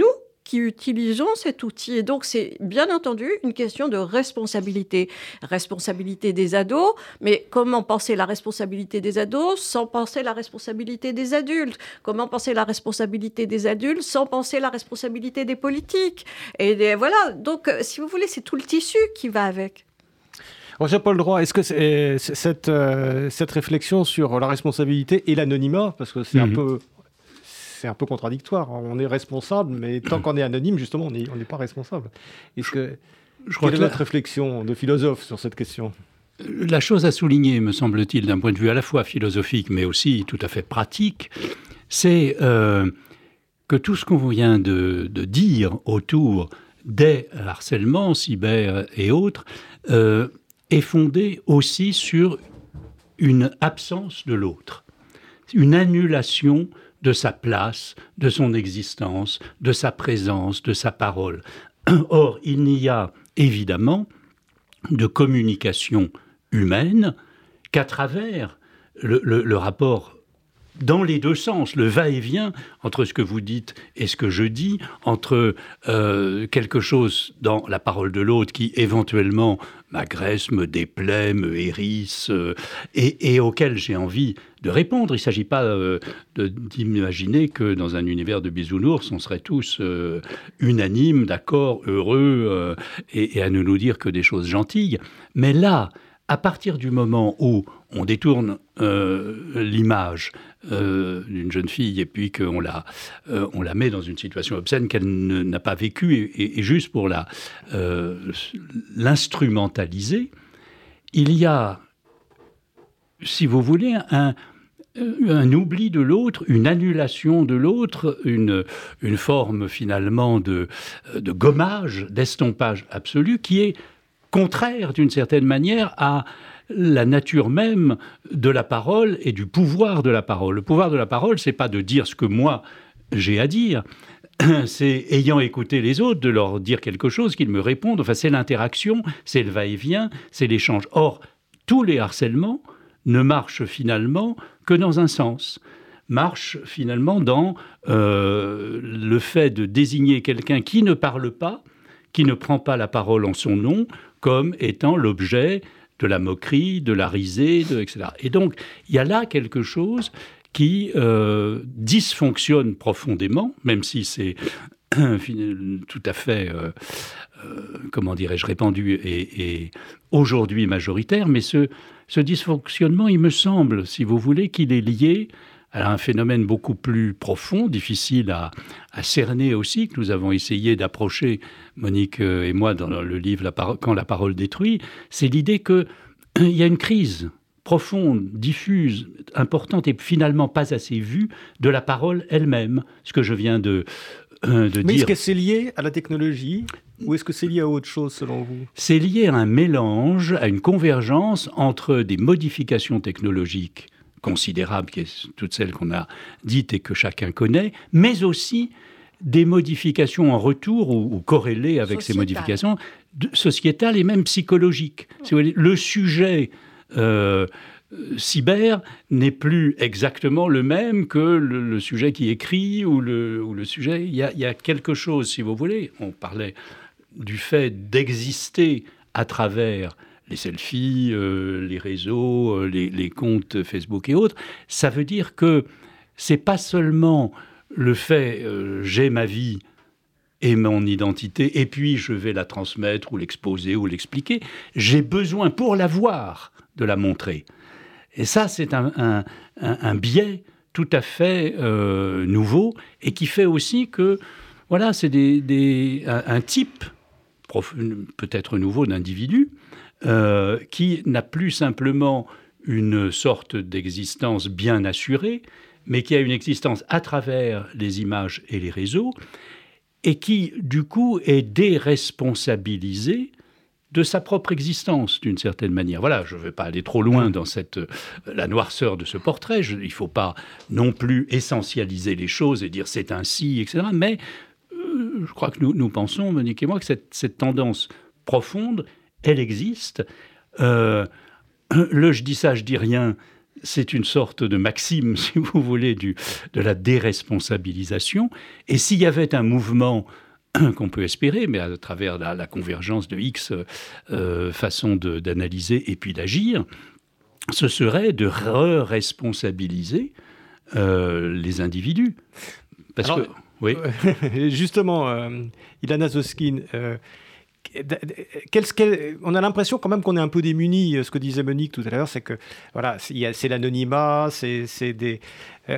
qui utilisons cet outil. Et donc, c'est bien entendu une question de responsabilité. Responsabilité des ados, mais comment penser la responsabilité des ados sans penser la responsabilité des adultes? Comment penser la responsabilité des adultes sans penser la responsabilité des politiques? Et des, voilà, donc, si vous voulez, c'est tout le tissu qui va avec.
Jean-Paul Droit, est-ce que c'est, c'est, cette, euh, cette réflexion sur la responsabilité et l'anonymat, parce que c'est mmh. un peu... c'est un peu contradictoire. On est responsable, mais tant qu'on est anonyme, justement, on n'est on n'est pas responsable. Est-ce que, je quelle est votre réflexion de philosophe sur cette question ?
La chose à souligner, me semble-t-il, d'un point de vue à la fois philosophique, mais aussi tout à fait pratique, c'est euh, que tout ce qu'on vient de, de dire autour des harcèlements, cyber et autres, euh, est fondé aussi sur une absence de l'autre, une annulation de sa place, de son existence, de sa présence, de sa parole. Or, il n'y a évidemment de communication humaine qu'à travers le, le, le rapport dans les deux sens, le va-et-vient entre ce que vous dites et ce que je dis, entre euh, quelque chose dans la parole de l'autre qui éventuellement m'agresse, me déplaît, me hérisse, euh, et, et auquel j'ai envie de répondre. Il ne s'agit pas euh, de, d'imaginer que dans un univers de bisounours, on serait tous euh, unanimes, d'accord, heureux, euh, et, et à ne nous dire que des choses gentilles. Mais là, à partir du moment où on détourne euh, l'image euh, d'une jeune fille et puis qu'on la, euh, on la met dans une situation obscène qu'elle ne, n'a pas vécue et, et, et juste pour la, euh, l'instrumentaliser, il y a, si vous voulez, un, un oubli de l'autre, une annulation de l'autre, une, une forme finalement de, de gommage, d'estompage absolu qui est contraire d'une certaine manière à la nature même de la parole et du pouvoir de la parole. Le pouvoir de la parole, c'est pas de dire ce que moi j'ai à dire, c'est ayant écouté les autres de leur dire quelque chose, qu'ils me répondent. Enfin, c'est l'interaction, c'est le va-et-vient, c'est l'échange. Or, tous les harcèlements ne marchent finalement que dans un sens. Marchent finalement dans euh, le fait de désigner quelqu'un qui ne parle pas, qui ne prend pas la parole en son nom, comme étant l'objet de la moquerie, de la risée, de, et cetera. Et donc, il y a là quelque chose qui euh, dysfonctionne profondément, même si c'est tout à fait, euh, euh, comment dirais-je, répandu et, et aujourd'hui majoritaire, mais ce, ce dysfonctionnement, il me semble, si vous voulez, qu'il est lié à un phénomène beaucoup plus profond, difficile à, à cerner aussi, que nous avons essayé d'approcher, Monique et moi, dans le livre la par- « Quand la parole détruit », c'est l'idée qu'il y a une crise profonde, diffuse, importante et finalement pas assez vue de la parole elle-même, ce que je viens de, euh, de
Mais dire.
Mais
est-ce que c'est lié à la technologie ou est-ce que c'est lié à autre chose selon vous ?
C'est lié à un mélange, à une convergence entre des modifications technologiques considérable, qui est toutes celles qu'on a dites et que chacun connaît, mais aussi des modifications en retour ou, ou corrélées avec Sociétal. Ces modifications de, sociétales et même psychologiques. Mmh. Si vous voulez, le sujet euh, cyber n'est plus exactement le même que le, le sujet qui écrit ou le, ou le sujet... Il y a, il y a quelque chose, si vous voulez, on parlait du fait d'exister à travers les selfies, euh, les réseaux, euh, les, les comptes Facebook et autres, ça veut dire que c'est pas seulement le fait euh, j'ai ma vie et mon identité et puis je vais la transmettre ou l'exposer ou l'expliquer, j'ai besoin pour la voir de la montrer. Et ça, c'est un, un, un, un biais tout à fait euh, nouveau et qui fait aussi que, voilà, c'est des, des, un, un type prof, peut-être nouveau d'individu Euh, qui n'a plus simplement une sorte d'existence bien assurée, mais qui a une existence à travers les images et les réseaux, et qui, du coup, est déresponsabilisé de sa propre existence, d'une certaine manière. Voilà, je ne vais pas aller trop loin dans cette, euh, la noirceur de ce portrait. Je, il ne faut pas non plus essentialiser les choses et dire c'est ainsi, et cetera. Mais euh, je crois que nous, nous pensons, Monique et moi, que cette, cette tendance profonde, elle existe. Euh, le « je dis ça, je dis rien », c'est une sorte de maxime, si vous voulez, du, de la déresponsabilisation. Et s'il y avait un mouvement qu'on peut espérer, mais à travers la, la convergence de X euh, façons de, d'analyser et puis d'agir, ce serait de re-responsabiliser euh, les individus. Parce
Alors,
que, oui.
Justement, euh, Ilana Zoskin, euh, quel, quel, on a l'impression quand même qu'on est un peu démunis. Ce que disait Monique tout à l'heure, c'est que voilà, c'est, c'est l'anonymat, c'est, c'est des, euh,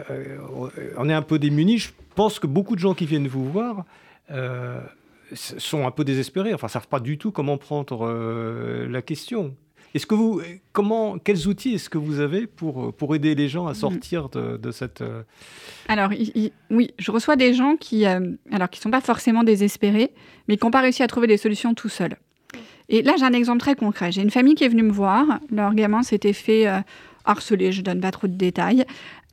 on est un peu démunis. Je pense que beaucoup de gens qui viennent vous voir euh, sont un peu désespérés. Enfin, savent pas du tout comment prendre euh, la question. Est-ce que vous, comment, quels outils est-ce que vous avez pour, pour aider les gens à sortir de, de cette... Euh...
Alors, il, il, oui, je reçois des gens qui euh, alors, qui ne sont pas forcément désespérés, mais qui n'ont pas réussi à trouver des solutions tout seuls. Et là, j'ai un exemple très concret. J'ai une famille qui est venue me voir. Leur gamin s'était fait euh, harceler, je ne donne pas trop de détails,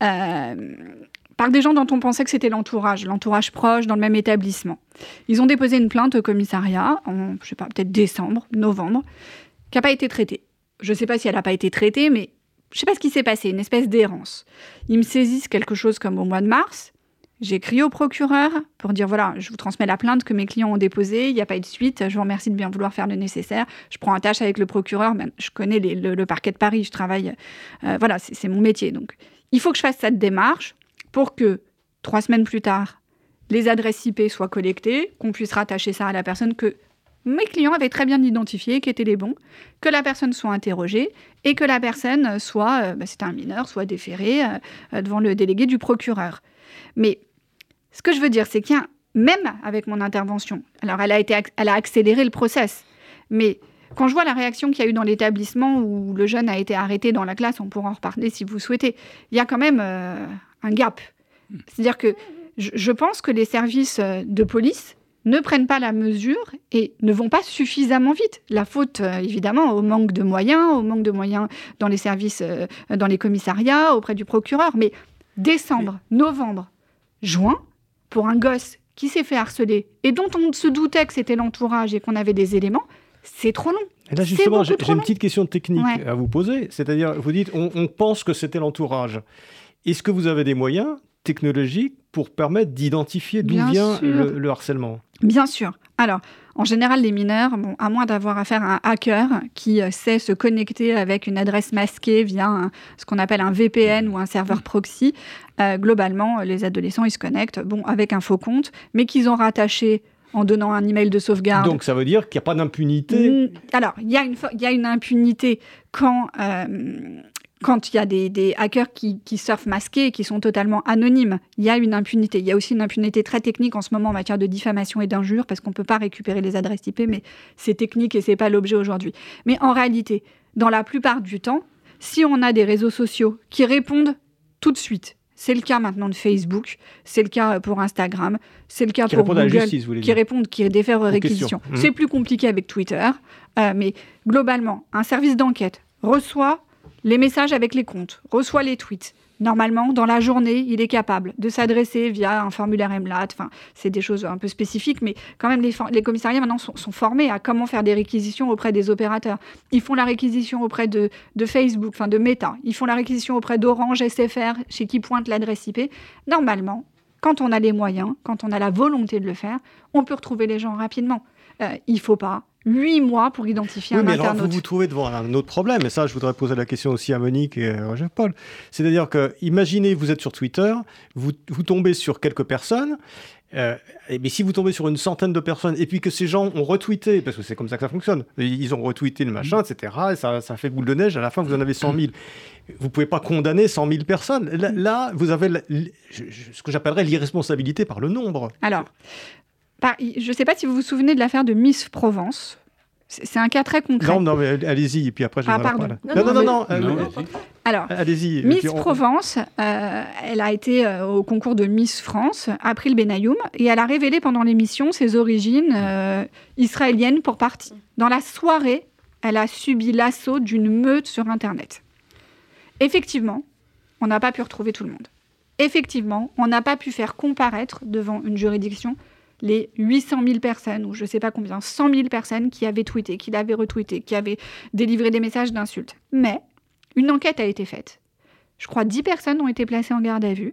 euh, par des gens dont on pensait que c'était l'entourage, l'entourage proche dans le même établissement. Ils ont déposé une plainte au commissariat en, je sais pas, peut-être décembre, novembre, qui n'a pas été traitée. Je ne sais pas si elle n'a pas été traitée, mais je ne sais pas ce qui s'est passé, une espèce d'errance. Ils me saisissent quelque chose comme au mois de mars. J'ai écrit au procureur pour dire, voilà, je vous transmets la plainte que mes clients ont déposée, il n'y a pas eu de suite, je vous remercie de bien vouloir faire le nécessaire. Je prends un tâche avec le procureur, ben, je connais les, le, le parquet de Paris, je travaille, euh, voilà, c'est, c'est mon métier. Donc, il faut que je fasse cette démarche pour que, trois semaines plus tard, les adresses I P soient collectées, qu'on puisse rattacher ça à la personne que mes clients avaient très bien identifié, qui étaient les bons, que la personne soit interrogée et que la personne soit, euh, bah, c'était un mineur, soit déférée euh, devant le délégué du procureur. Mais ce que je veux dire, c'est qu'il y a, même avec mon intervention, alors elle a, été, elle a accéléré le process, mais quand je vois la réaction qu'il y a eu dans l'établissement où le jeune a été arrêté dans la classe, on pourra en reparler si vous souhaitez, il y a quand même euh, un gap. C'est-à-dire que je, je pense que les services de police ne prennent pas la mesure et ne vont pas suffisamment vite. La faute, euh, évidemment, au manque de moyens, au manque de moyens dans les services, euh, dans les commissariats, auprès du procureur. Mais décembre, novembre, juin, pour un gosse qui s'est fait harceler et dont on se doutait que c'était l'entourage et qu'on avait des éléments, c'est trop long.
Et là, justement, j'ai, j'ai une
long.
petite question technique
ouais.
à vous poser. C'est-à-dire, vous dites, on, on pense que c'était l'entourage. Est-ce que vous avez des moyens technologiques pour permettre d'identifier d'où
Bien
vient
sûr.
le, le harcèlement ?
Bien sûr. Alors, en général, les mineurs, bon, à moins d'avoir affaire à un hacker qui euh, sait se connecter avec une adresse masquée via un, ce qu'on appelle un V P N ou un serveur proxy, euh, globalement, les adolescents, ils se connectent bon, avec un faux compte, mais qu'ils ont rattaché en donnant un email de sauvegarde.
Donc, ça veut dire qu'il n'y a pas d'impunité ?
Mmh, alors, il y, y a une impunité quand... Euh, Quand il y a des, des hackers qui, qui surfent masqués et qui sont totalement anonymes, il y a une impunité. Il y a aussi une impunité très technique en ce moment en matière de diffamation et d'injure, parce qu'on ne peut pas récupérer les adresses I P, mais c'est technique et ce n'est pas l'objet aujourd'hui. Mais en réalité, dans la plupart du temps, si on a des réseaux sociaux qui répondent tout de suite, c'est le cas maintenant de Facebook, c'est le cas pour Instagram, c'est le cas
qui
pour
Google, à la justice, vous voulez
qui
dire.
répondent, qui défèrent réquisition.
Mmh.
C'est plus compliqué avec Twitter, euh, mais globalement, un service d'enquête reçoit les messages avec les comptes, reçoit les tweets. Normalement, dans la journée, il est capable de s'adresser via un formulaire M L A T. Enfin, c'est des choses un peu spécifiques, mais quand même, les, for- les commissariats maintenant sont, sont formés à comment faire des réquisitions auprès des opérateurs. Ils font la réquisition auprès de, de Facebook, enfin de Meta. Ils font la réquisition auprès d'Orange, S F R, chez qui pointe l'adresse I P. Normalement, quand on a les moyens, quand on a la volonté de le faire, on peut retrouver les gens rapidement. Euh, il ne faut pas huit mois pour identifier
oui,
un
mais
internaute.
Alors vous vous trouvez devant un autre problème, et ça, je voudrais poser la question aussi à Monique et à Roger Paul. C'est-à-dire que, imaginez, vous êtes sur Twitter, vous, vous tombez sur quelques personnes, euh, mais si vous tombez sur une centaine de personnes, et puis que ces gens ont retweeté, parce que c'est comme ça que ça fonctionne, ils ont retweeté le machin, et cetera, et ça, ça fait boule de neige, à la fin, vous en avez cent mille. Vous ne pouvez pas condamner cent mille personnes. Là, là vous avez la, je, je, ce que j'appellerais l'irresponsabilité par le nombre.
Alors, par, je ne sais pas si vous vous souvenez de l'affaire de Miss Provence. C'est, c'est un cas très concret.
Non, non, mais allez-y, et puis après, je
ah,
vais
pardon.
Non, non, non, non, non,
non,
euh,
non
Alors,
allez-y.
Miss
on...
Provence, euh, elle a été euh, au concours de Miss France, a pris le Benayoum, et elle a révélé pendant l'émission ses origines euh, israéliennes pour partie. Dans la soirée, elle a subi l'assaut d'une meute sur Internet. Effectivement, on n'a pas pu retrouver tout le monde. Effectivement, on n'a pas pu faire comparaître devant une juridiction les huit cent mille personnes, ou je ne sais pas combien, cent mille personnes qui avaient tweeté, qui l'avaient retweeté, qui avaient délivré des messages d'insultes. Mais une enquête a été faite. Je crois dix personnes ont été placées en garde à vue.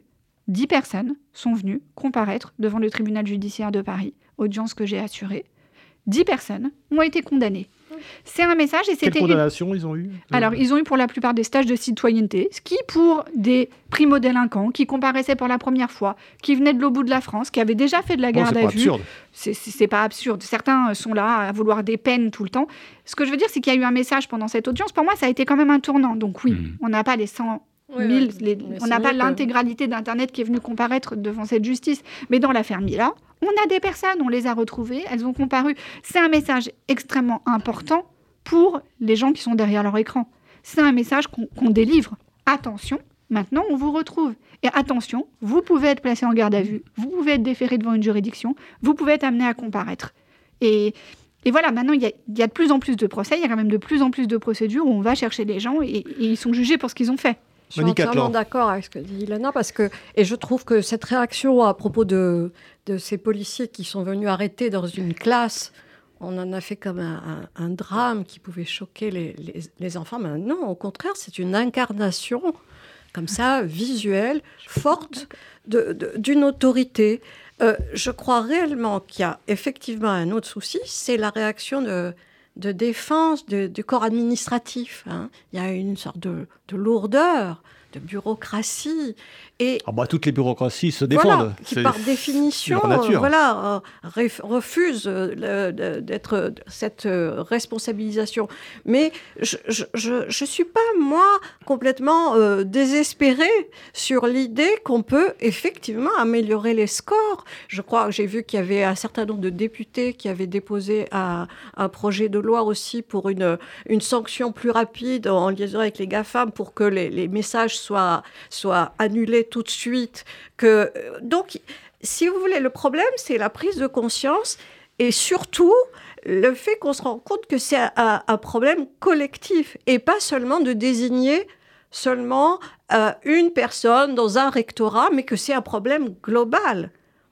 dix personnes sont venues comparaître devant le tribunal judiciaire de Paris, audience que j'ai assurée. dix personnes ont été condamnées. C'est un message et c'était...
Quelle condamnation ils ont eu ?
Alors, ils ont eu pour la plupart des stages de citoyenneté, ce qui, pour des primo-délinquants qui comparaissaient pour la première fois, qui venaient de l'autre bout de la France, qui avaient déjà fait de la garde
oh,
à vue...
absurde.
C'est, c'est, c'est pas absurde. Certains sont là à vouloir des peines tout le temps. Ce que je veux dire, c'est qu'il y a eu un message pendant cette audience. Pour moi, ça a été quand même un tournant. Donc oui, mmh. on n'a pas les cent...
Oui,
mille,
oui.
les, on n'a pas que... l'intégralité d'Internet qui est venue comparaître devant cette justice. Mais dans l'affaire Mila, on a des personnes, on les a retrouvées, elles ont comparu. C'est un message extrêmement important pour les gens qui sont derrière leur écran. C'est un message qu'on, qu'on délivre. Attention, maintenant on vous retrouve. Et attention, vous pouvez être placé en garde à vue, vous pouvez être déféré devant une juridiction, vous pouvez être amené à comparaître. Et... Et voilà, maintenant, il y, a, il y a de plus en plus de procès, il y a quand même de plus en plus de procédures où on va chercher les gens et, et ils sont jugés pour ce qu'ils ont fait.
Je suis Monique entièrement Atlan. D'accord avec ce que dit Ilana, parce que, et je trouve que cette réaction à propos de, de ces policiers qui sont venus arrêter dans une classe, on en a fait comme un, un, un drame qui pouvait choquer les, les, les enfants. Mais non, au contraire, c'est une incarnation comme ça, visuelle, forte, de, de, d'une autorité. Euh, je crois réellement qu'il y a effectivement un autre souci, c'est la réaction de, de défense de, du corps administratif. Hein. Il y a une sorte de, de lourdeur, de bureaucratie. Et
ah bah, toutes les bureaucraties se défendent.
Voilà, qui c'est par définition euh, voilà, euh, ref, refusent euh, le, d'être cette euh, responsabilisation. Mais je ne suis pas, moi, complètement euh, désespérée sur l'idée qu'on peut effectivement améliorer les scores. Je crois que j'ai vu qu'il y avait un certain nombre de députés qui avaient déposé un, un projet de loi aussi pour une, une sanction plus rapide en liaison avec les GAFAM pour que les, les messages soient, soient annulés tout de suite. Que, donc, si vous voulez, le problème, c'est la prise de conscience et surtout le fait qu'on se rend compte que c'est un, un problème collectif et pas seulement de désigner seulement euh, une personne dans un rectorat, mais que c'est un problème global.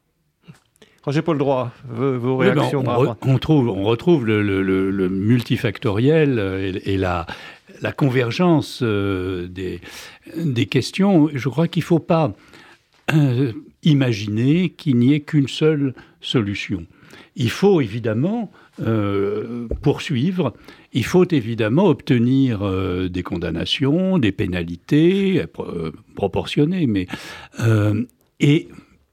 Roger Paul Droit, vos, vos réactions.
Oui, ben, on, re, on, trouve, on retrouve le, le, le, le multifactoriel et, et la, la convergence euh, des, des questions. Je crois qu'il ne faut pas euh, imaginer qu'il n'y ait qu'une seule solution. Il faut évidemment euh, poursuivre, il faut évidemment obtenir euh, des condamnations, des pénalités euh, proportionnées, mais euh, et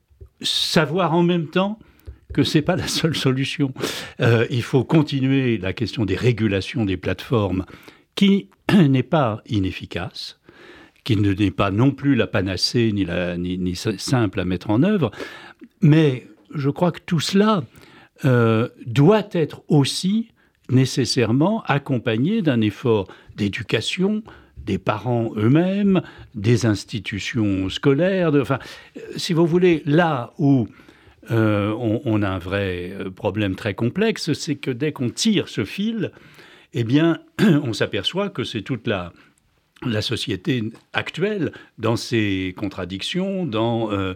savoir en même temps que ce n'est pas la seule solution. Euh, il faut continuer la question des régulations des plateformes qui n'est pas inefficace, qui ne n'est pas non plus la panacée ni, la, ni, ni simple à mettre en œuvre, mais je crois que tout cela euh, doit être aussi nécessairement accompagné d'un effort d'éducation des parents eux-mêmes, des institutions scolaires. De, enfin, si vous voulez, là où euh, on, on a un vrai problème très complexe, c'est que dès qu'on tire ce fil, eh bien, on s'aperçoit que c'est toute la, la société actuelle, dans ses contradictions, dans euh,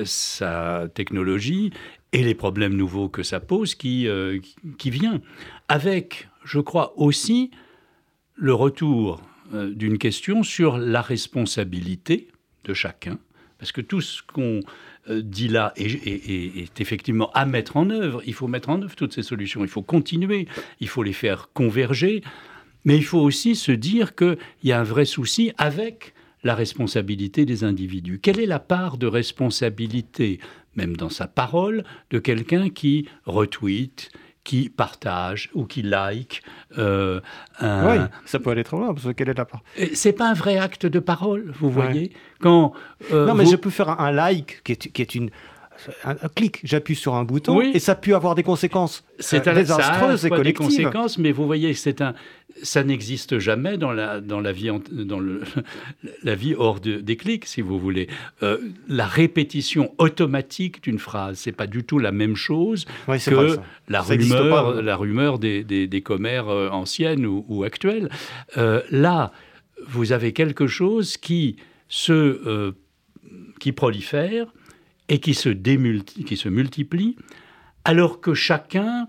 sa technologie, et les problèmes nouveaux que ça pose, qui, euh, qui, qui vient. Avec, je crois aussi, le retour d'une question sur la responsabilité de chacun, parce que tout ce qu'on dit là est, est, est effectivement à mettre en œuvre. Il faut mettre en œuvre toutes ces solutions, il faut continuer, il faut les faire converger, mais il faut aussi se dire qu'il y a un vrai souci avec la responsabilité des individus. Quelle est la part de responsabilité, même dans sa parole, de quelqu'un qui retweet, qui partage ou qui like euh, un...
Oui, ça peut aller trop loin, parce que quelle est la part ?
C'est pas un vrai acte de parole, vous voyez ouais. Quand euh,
Non, mais
vous...
je peux faire un, un like qui est, qui est une... Un, un clic, j'appuie sur un bouton oui. et ça peut avoir des conséquences
c'est
euh, désastreuses et collectives.
Des conséquences, mais vous voyez, c'est un, ça n'existe jamais dans la, dans la, vie, dans le, la vie hors de, des clics, si vous voulez. Euh, la répétition automatique d'une phrase, c'est pas du tout la même chose oui, que vrai, la, rumeur, pas, la rumeur des, des, des commères anciennes ou, ou actuelles. Euh, là, vous avez quelque chose qui, se, euh, qui prolifère et qui se, démulti- qui se multiplie, alors que chacun,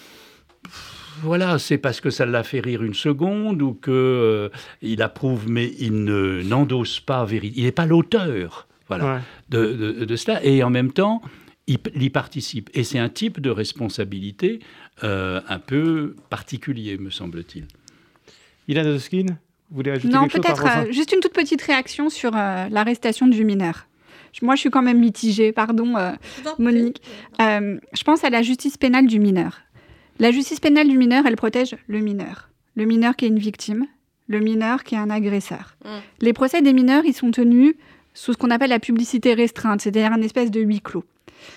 voilà, c'est parce que ça l'a fait rire une seconde, ou qu'il euh, approuve, mais il ne, n'endosse pas, véri- il n'est pas l'auteur voilà,
ouais.
de, de, de cela. Et en même temps, il, il y participe. Et c'est un type de responsabilité euh, un peu particulier, me semble-t-il.
Ilana Zoskin, vous voulez ajouter
Non,
quelque chose par
peut-être
rapport à ça
euh, juste une toute petite réaction sur euh, l'arrestation du mineur. Moi, je suis quand même mitigée, pardon, euh, Monique. Euh, je pense à la justice pénale du mineur. La justice pénale du mineur, elle protège le mineur. Le mineur qui est une victime, le mineur qui est un agresseur. Mmh. Les procès des mineurs, ils sont tenus sous ce qu'on appelle la publicité restreinte, c'est-à-dire une espèce de huis clos.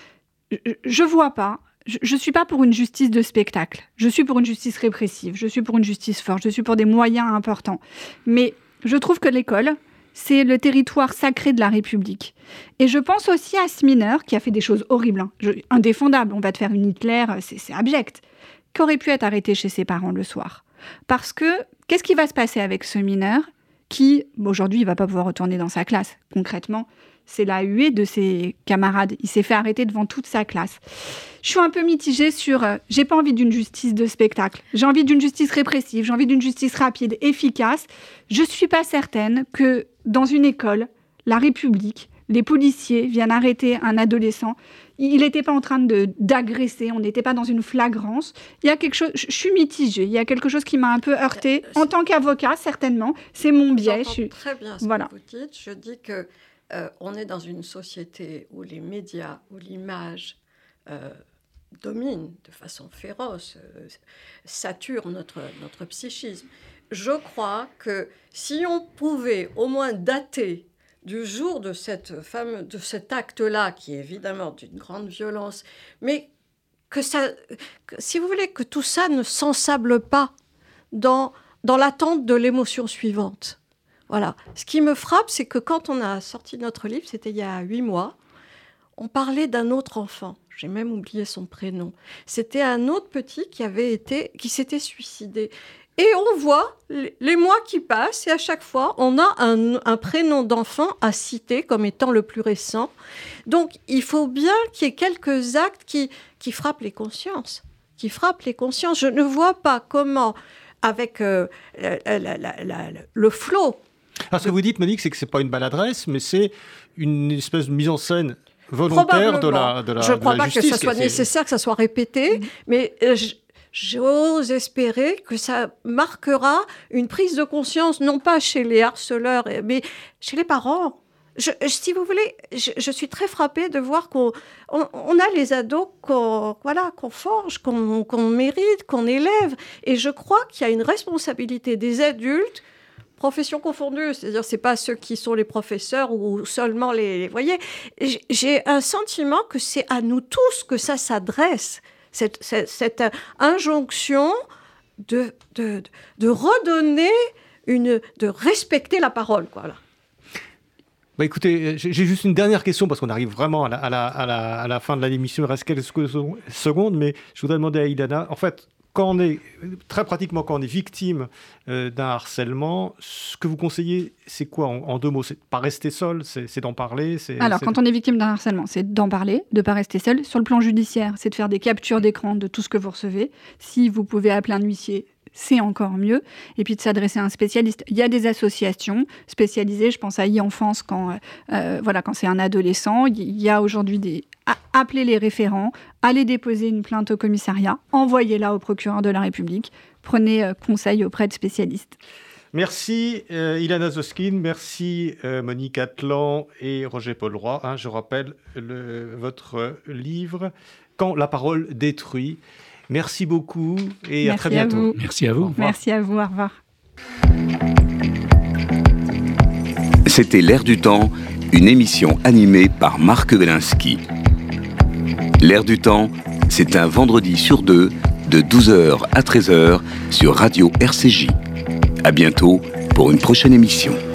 Je ne vois pas, je ne suis pas pour une justice de spectacle. Je suis pour une justice répressive, je suis pour une justice forte, je suis pour des moyens importants. Mais je trouve que l'école, c'est le territoire sacré de la République. Et je pense aussi à ce mineur qui a fait des choses horribles, hein, je, indéfendables. On va te faire une Hitler, c'est, c'est abject. Qui aurait pu être arrêté chez ses parents le soir. Parce que, qu'est-ce qui va se passer avec ce mineur qui, aujourd'hui, il ne va pas pouvoir retourner dans sa classe. Concrètement, c'est la huée de ses camarades. Il s'est fait arrêter devant toute sa classe. Je suis un peu mitigée sur... Euh, j'ai pas envie d'une justice de spectacle. J'ai envie d'une justice répressive. J'ai envie d'une justice rapide, efficace. Je suis pas certaine que, dans une école, la République, les policiers viennent arrêter un adolescent. Il n'était pas en train de, d'agresser, on n'était pas dans une flagrance. Il y a quelque chose, je suis mitigée, il y a quelque chose qui m'a un peu heurtée. En tant qu'avocat, certainement, c'est mon biais.
J'entends
je suis...
très bien ce
voilà.
que vous dites. Je dis que euh, on est dans une société où les médias, où l'image euh, domine de façon féroce, euh, sature notre, notre psychisme. Je crois que si on pouvait au moins dater du jour de, cette fame, de cet acte-là, qui est évidemment d'une grande violence, mais que ça, que, si vous voulez, que tout ça ne s'ensable pas dans, dans l'attente de l'émotion suivante. Voilà. Ce qui me frappe, c'est que quand on a sorti notre livre, c'était il y a huit mois, on parlait d'un autre enfant. J'ai même oublié son prénom. C'était un autre petit qui avait été, qui s'était suicidé. Et on voit les mois qui passent et à chaque fois, on a un, un prénom d'enfant à citer comme étant le plus récent. Donc, il faut bien qu'il y ait quelques actes qui, qui frappent les consciences. Qui frappent les consciences. Je ne vois pas comment, avec euh, la, la, la, la, le flot...
Alors, ce que vous dites, Monique, c'est que ce n'est pas une maladresse, mais c'est une espèce de mise en scène volontaire de la, de la
Je ne crois
de la
pas
justice,
que ce soit
c'est...
nécessaire que ça soit répété, mmh. mais... Euh, je, J'ose espérer que ça marquera une prise de conscience, non pas chez les harceleurs, mais chez les parents. Je, si vous voulez, je, je suis très frappée de voir qu'on on, on a les ados qu'on, voilà, qu'on forge, qu'on, qu'on mérite, qu'on élève. Et je crois qu'il y a une responsabilité des adultes, professions confondues, c'est-à-dire c'est pas ceux qui sont les professeurs ou seulement les... Vous voyez, j'ai un sentiment que c'est à nous tous que ça s'adresse. Cette, cette, cette injonction de, de, de redonner, une, de respecter la parole. Voilà.
Bah écoutez, j'ai juste une dernière question parce qu'on arrive vraiment à la, à la, à la, à la fin de l'émission. Il reste quelques secondes, mais je voudrais demander à Ilana, en fait, quand on est, très pratiquement, quand on est victime euh, d'un harcèlement, ce que vous conseillez, c'est quoi en, en deux mots? C'est de ne pas rester seul, c'est, c'est d'en parler c'est,
Alors,
c'est...
quand on est victime d'un harcèlement, c'est d'en parler, de ne pas rester seul. Sur le plan judiciaire, c'est de faire des captures d'écran de tout ce que vous recevez. Si vous pouvez appeler un huissier, c'est encore mieux. Et puis de s'adresser à un spécialiste. Il y a des associations spécialisées, je pense à e-enfance quand, euh, voilà, quand c'est un adolescent. Il y a aujourd'hui des... Appelez les référents, allez déposer une plainte au commissariat, envoyez-la au procureur de la République, prenez euh, conseil auprès de spécialistes.
Merci euh, Ilana Zoskin, merci euh, Monique Atlan et Roger Paul-Roy. Hein, je rappelle le, votre livre « Quand la parole détruit ». Merci beaucoup et
merci
à très bientôt.
À vous.
Merci à vous.
Merci à vous, au revoir.
C'était L'Air du Temps, une émission animée par Marc Wielinski. L'Air du Temps, c'est un vendredi sur deux, de douze heures à treize heures sur Radio R C J. À bientôt pour une prochaine émission.